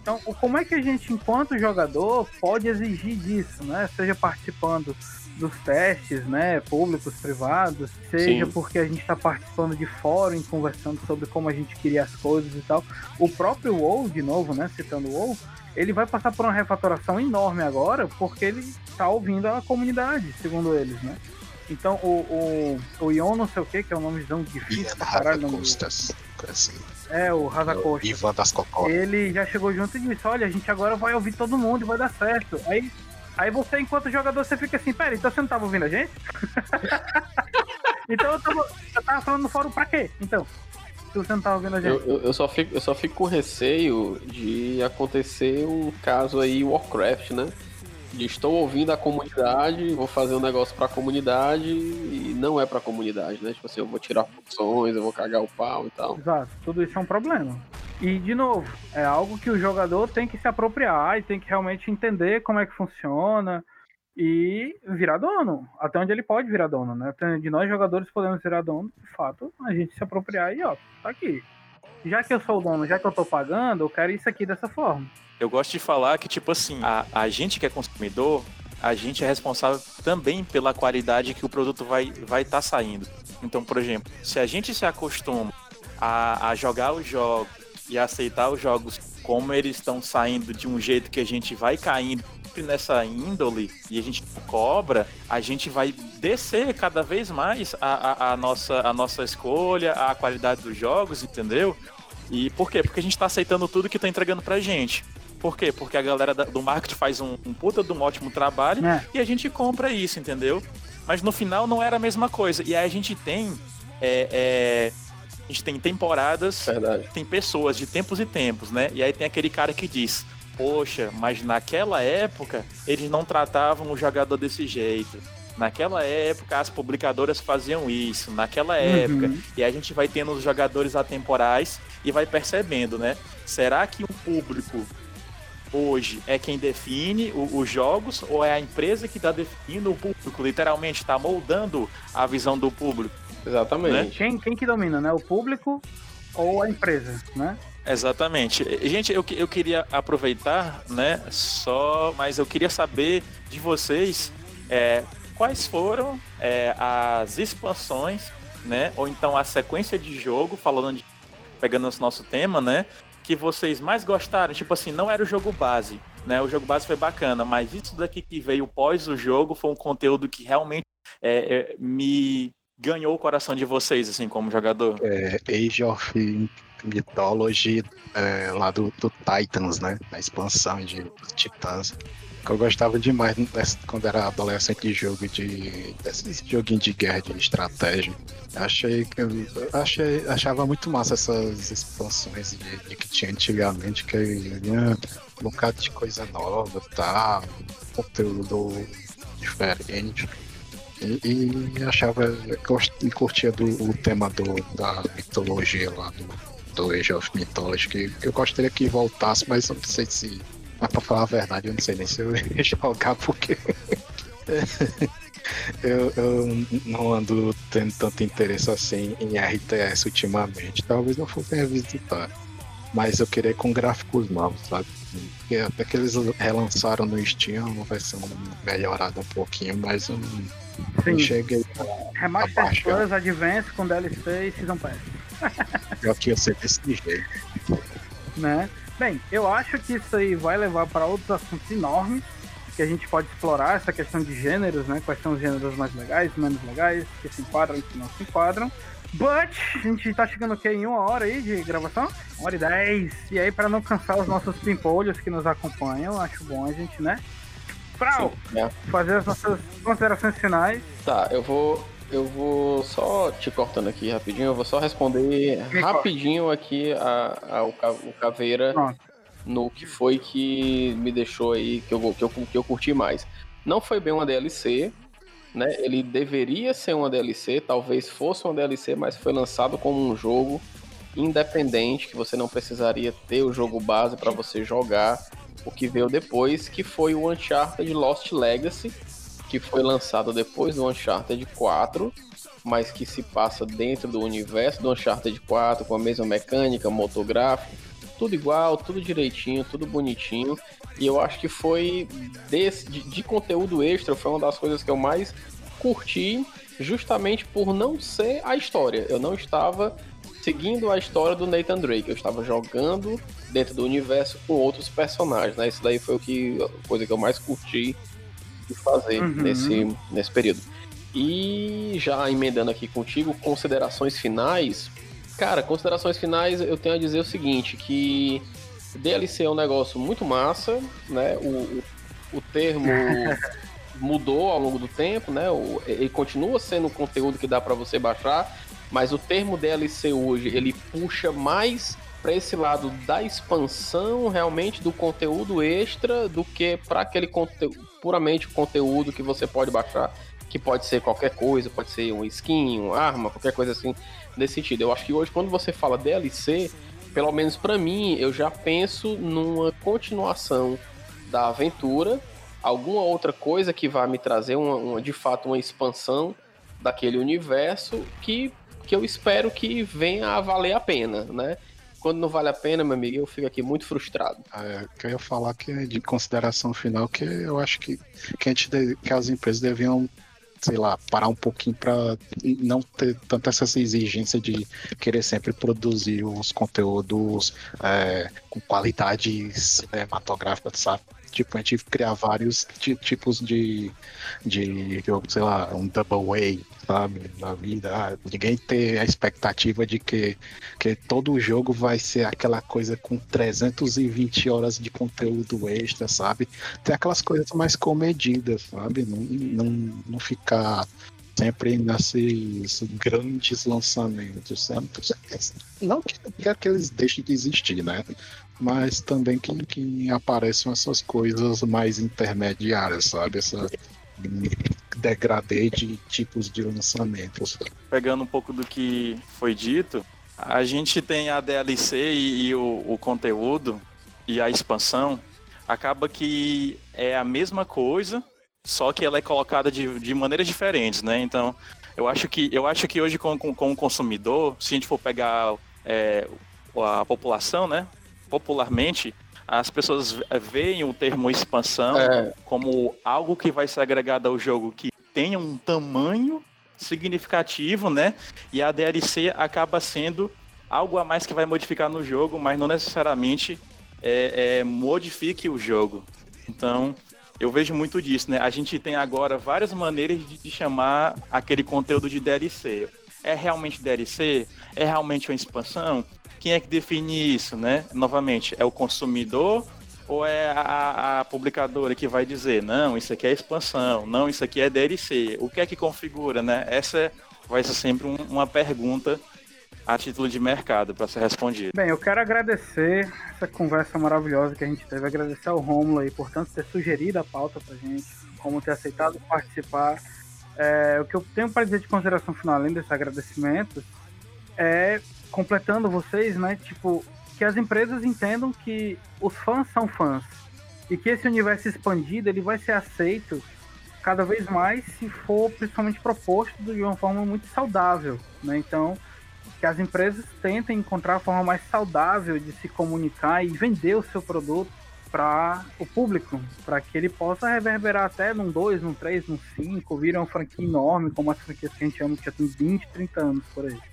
[SPEAKER 4] Então, como é que a gente, enquanto jogador, pode exigir disso, né? Seja participando dos testes, né, públicos, privados, seja Sim. porque a gente está participando de fórum, conversando sobre como a gente queria as coisas e tal. O próprio WoW, de novo, né, citando o WoW, ele vai passar por uma refatoração enorme agora, porque ele está ouvindo a comunidade, segundo eles, né? Então, o, o, o Ion não sei o que, que é um nomezão difícil pra caralho.
[SPEAKER 6] Costas, assim.
[SPEAKER 4] É, o Razacosta.
[SPEAKER 6] Ivan das Cocó.
[SPEAKER 4] Ele já chegou junto e disse, olha, a gente agora vai ouvir todo mundo e vai dar certo. Aí, aí você, enquanto jogador, você fica assim, pera, então você não tava ouvindo a gente? Então eu tava, eu tava falando no fórum pra quê? Então, se você não tava ouvindo a gente.
[SPEAKER 5] Eu, eu, eu, só fico, eu só fico com receio de acontecer um caso aí, Warcraft, né? De estou ouvindo a comunidade, vou fazer um negócio pra comunidade e não é pra comunidade, né? Tipo assim, eu vou tirar funções, eu vou cagar o pau e tal.
[SPEAKER 4] Exato, tudo isso é um problema. E, de novo, é algo que o jogador tem que se apropriar e tem que realmente entender como é que funciona e virar dono, até onde ele pode virar dono, né? De nós jogadores podemos virar dono, de fato, a gente se apropriar e, ó, tá aqui. Já que eu sou o dono, já que eu tô pagando, eu quero isso aqui dessa forma.
[SPEAKER 7] Eu gosto de falar que, tipo assim, a, a gente que é consumidor, a gente é responsável também pela qualidade que o produto vai estar vai tá saindo. Então, por exemplo, se a gente se acostuma a, a jogar os jogos e aceitar os jogos como eles estão saindo de um jeito que a gente vai caindo nessa índole e a gente cobra, a gente vai descer cada vez mais a, a, a, nossa, a nossa escolha, a qualidade dos jogos, entendeu? E por quê? Porque a gente tá aceitando tudo que tá entregando pra gente. Por quê? Porque a galera do marketing faz um, um puta de um ótimo trabalho é. e a gente compra isso, entendeu? Mas no final não era a mesma coisa. E aí a gente tem é, é, a gente tem temporadas, Verdade. tem pessoas de tempos e tempos, né? E aí tem aquele cara que diz, poxa, mas naquela época eles não tratavam o jogador desse jeito. Naquela época as publicadoras faziam isso, naquela época. Uhum. E a gente vai tendo os jogadores atemporais e vai percebendo, né? Será que o público hoje é quem define o, os jogos ou é a empresa que está definindo o público? Literalmente está moldando a visão do público.
[SPEAKER 5] Exatamente.
[SPEAKER 4] Né? Quem, quem que domina, né? O público ou a empresa, né?
[SPEAKER 7] Exatamente. Gente, eu, eu queria aproveitar, né? Só, mas eu queria saber de vocês é, quais foram é, as expansões, né? Ou então a sequência de jogo, falando de, pegando esse nosso tema, né? Que vocês mais gostaram, tipo assim, não era o jogo base, né? O jogo base foi bacana, mas isso daqui que veio pós o jogo foi um conteúdo que realmente é, é, me ganhou o coração de vocês, assim, como jogador.
[SPEAKER 6] É, Age of Mythology, é, lá do, do Titans, né? A expansão de Titãs. Que eu gostava demais quando era adolescente de jogo de. Desses joguinhos de guerra, de estratégia. Achei que. Achei, achava muito massa essas expansões de, de que tinha antigamente, que vinha um bocado de coisa nova, tá? Conteúdo diferente. E, e achava. E curtia do, o tema do, da mitologia lá, do, do Age of Mythology, que, que eu gostaria que voltasse, mas eu não sei se. Mas pra falar a verdade, eu não sei nem se eu ia jogar, porque eu, eu não ando tendo tanto interesse assim em R T S ultimamente. Talvez não fosse revisitar, mas eu queria com gráficos novos, sabe? Porque até que eles relançaram no Steam, vai ser um melhorado um pouquinho, mas eu não, não cheguei a
[SPEAKER 4] Remaster Plus, Advance com D L C e Season Pass.
[SPEAKER 6] Eu queria ser desse jeito,
[SPEAKER 4] né? Bem, eu acho que isso aí vai levar para outros assuntos enormes, que a gente pode explorar essa questão de gêneros, né? Quais são os gêneros mais legais, menos legais, que se enquadram e que não se enquadram. But, a gente tá chegando aqui em uma hora aí de gravação, uma hora e dez. E aí, para não cansar os nossos pimpolhos que nos acompanham, acho bom a gente, né? Frau, é. fazer as nossas considerações finais.
[SPEAKER 5] Tá, eu vou... Eu vou só te cortando aqui rapidinho, eu vou só responder Me rapidinho corta. aqui a, a, o, o Caveira Pronto. no que foi que me deixou aí, que eu, que, eu, que eu curti mais. Não foi bem uma D L C, né? Ele deveria ser uma D L C, talvez fosse uma D L C, mas foi lançado como um jogo independente, que você não precisaria ter o jogo base para você jogar o que veio depois, que foi o Uncharted Lost Legacy, que foi lançado depois do Uncharted quatro, mas que se passa dentro do universo do Uncharted quatro, com a mesma mecânica, motor gráfico, tudo igual, tudo direitinho, tudo bonitinho. E eu acho que foi desse, de, de conteúdo extra, foi uma das coisas que eu mais curti, justamente por não ser a história. Eu não estava seguindo a história do Nathan Drake, eu estava jogando dentro do universo com outros personagens, né? Isso daí foi o que, a coisa que eu mais curti de fazer uhum. nesse, nesse período. E já emendando aqui contigo, considerações finais. Cara, considerações finais, eu tenho a dizer o seguinte, que D L C é um negócio muito massa, né? O, o, o termo mudou ao longo do tempo, né? O, ele continua sendo um conteúdo que dá para você baixar, mas o termo D L C hoje, ele puxa mais para esse lado da expansão realmente do conteúdo extra do que para aquele conteúdo, puramente o conteúdo que você pode baixar, que pode ser qualquer coisa, pode ser uma skin, uma arma, qualquer coisa assim nesse sentido. Eu acho que hoje, quando você fala D L C, pelo menos para mim, eu já penso numa continuação da aventura, alguma outra coisa que vai me trazer uma, uma, de fato uma expansão daquele universo que, que eu espero que venha a valer a pena, né? Quando não vale a pena, meu amigo, eu fico aqui muito frustrado.
[SPEAKER 6] É, eu ia falar que de consideração final, que eu acho que, que, a gente deve, que as empresas deviam, sei lá, parar um pouquinho para não ter tanta essa exigência de querer sempre produzir os conteúdos é, com qualidade cinematográfica, sabe? Tipo, a gente criar vários t- tipos de, de jogo, sei lá, um double A, sabe, na vida. Ah, ninguém ter a expectativa de que, que todo jogo vai ser aquela coisa com trezentas e vinte horas de conteúdo extra, sabe? Tem aquelas coisas mais comedidas, sabe? Não, não, não ficar sempre nesses grandes lançamentos, sabe? Não que, que eles deixem de existir, né? Mas também que, que apareçam essas coisas mais intermediárias, sabe? Essa degradê de tipos de lançamentos.
[SPEAKER 7] Pegando um pouco do que foi dito, a gente tem a D L C e, e o, o conteúdo e a expansão, acaba que é a mesma coisa, só que ela é colocada de, de maneiras diferentes, né? Então, eu acho que, eu acho que hoje, com, com, com o consumidor, se a gente for pegar é, a população, né? Popularmente, as pessoas veem o termo expansão é. como algo que vai ser agregado ao jogo que tenha um tamanho significativo, né? E a D L C acaba sendo algo a mais que vai modificar no jogo, mas não necessariamente é, é, modifique o jogo. Então, eu vejo muito disso, né? A gente tem agora várias maneiras de, de chamar aquele conteúdo de D L C. É realmente D L C? É realmente uma expansão? Quem é que define isso, né? Novamente, é o consumidor ou é a, a publicadora que vai dizer, não, isso aqui é expansão, não, isso aqui é D L C. O que é que configura, né? Essa vai ser sempre um, uma pergunta a título de mercado para ser respondida.
[SPEAKER 4] Bem, eu quero agradecer essa conversa maravilhosa que a gente teve, agradecer ao Rômulo aí, portanto, ter sugerido a pauta pra gente, como ter aceitado participar. É, o que eu tenho para dizer de consideração final, além desse agradecimento, é, completando vocês, né, tipo, que as empresas entendam que os fãs são fãs e que esse universo expandido, ele vai ser aceito cada vez mais se for principalmente proposto de uma forma muito saudável, né? Então, que as empresas tentem encontrar a forma mais saudável de se comunicar e vender o seu produto para o público, para que ele possa reverberar até num dois, num três, num cinco, vir uma franquia enorme, como as franquias que a gente ama, que já tem vinte, trinta anos por aí.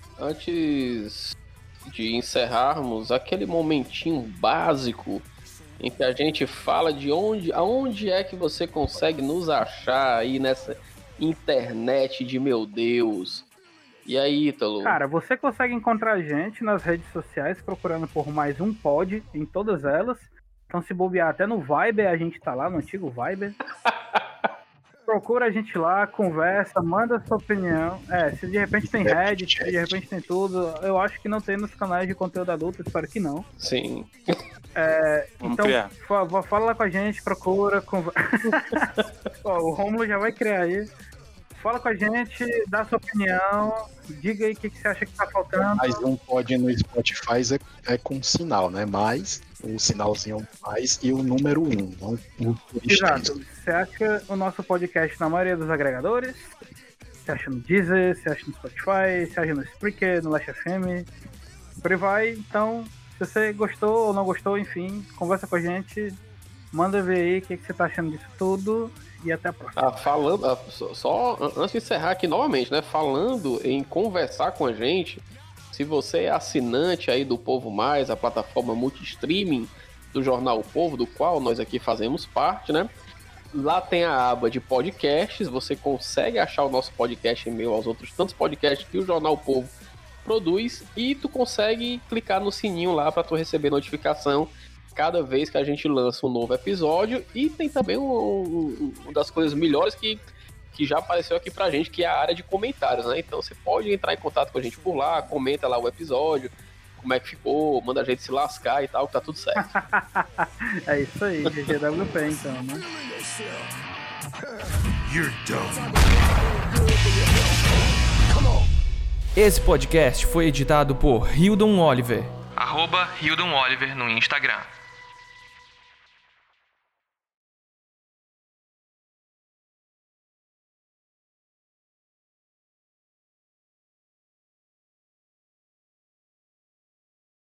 [SPEAKER 5] Antes de encerrarmos, aquele momentinho básico em que a gente fala de onde, aonde é que você consegue nos achar aí nessa internet de meu Deus. E aí, Ítalo?
[SPEAKER 4] Cara, você consegue encontrar a gente nas redes sociais procurando por mais um pod em todas elas. Então, se bobear até no Viber, a gente tá lá, no antigo Viber. Procura a gente lá, conversa, manda sua opinião. É, se de repente tem Reddit, se de repente tem tudo. Eu acho que não tem nos canais de conteúdo adulto, espero que não.
[SPEAKER 5] Sim.
[SPEAKER 4] É, então, fa- fala lá com a gente, procura. Conver... Ó, o Rômulo já vai criar aí. Fala com a gente, dá sua opinião, diga aí o que, que você acha que tá faltando.
[SPEAKER 6] Mas um pod no Spotify é, é com sinal, né? Mais, o sinalzinho mais e o número um, não o
[SPEAKER 4] Exato. Você acha o nosso podcast na maioria dos agregadores? Você acha no Deezer, você acha no Spotify, você acha no Spreaker, no Last F M, por aí vai. Então, Se você gostou ou não gostou, enfim, conversa com a gente, manda ver aí o que, que você tá achando disso tudo e até a próxima.
[SPEAKER 5] Ah, falando, ah, só, só antes de encerrar aqui novamente, né? Falando em conversar com a gente, se você é assinante aí do Povo Mais, a plataforma multi-streaming do Jornal O Povo, do qual nós aqui fazemos parte, né? Lá tem a aba de podcasts, você consegue achar o nosso podcast em meio aos outros tantos podcasts que o Jornal O Povo produz, e tu consegue clicar no sininho lá para tu receber notificação cada vez que a gente lança um novo episódio. E tem também um, um, uma das coisas melhores que, que já apareceu aqui pra gente, que é a área de comentários, né? Então você pode entrar em contato com a gente por lá, comenta lá o episódio, como é que ficou, manda a gente se lascar e tal, que tá tudo certo.
[SPEAKER 4] É isso aí, G G W P então, né?
[SPEAKER 8] You're done.
[SPEAKER 9] Esse podcast foi editado por Hildon Oliver. Arroba Hildon Oliver no Instagram.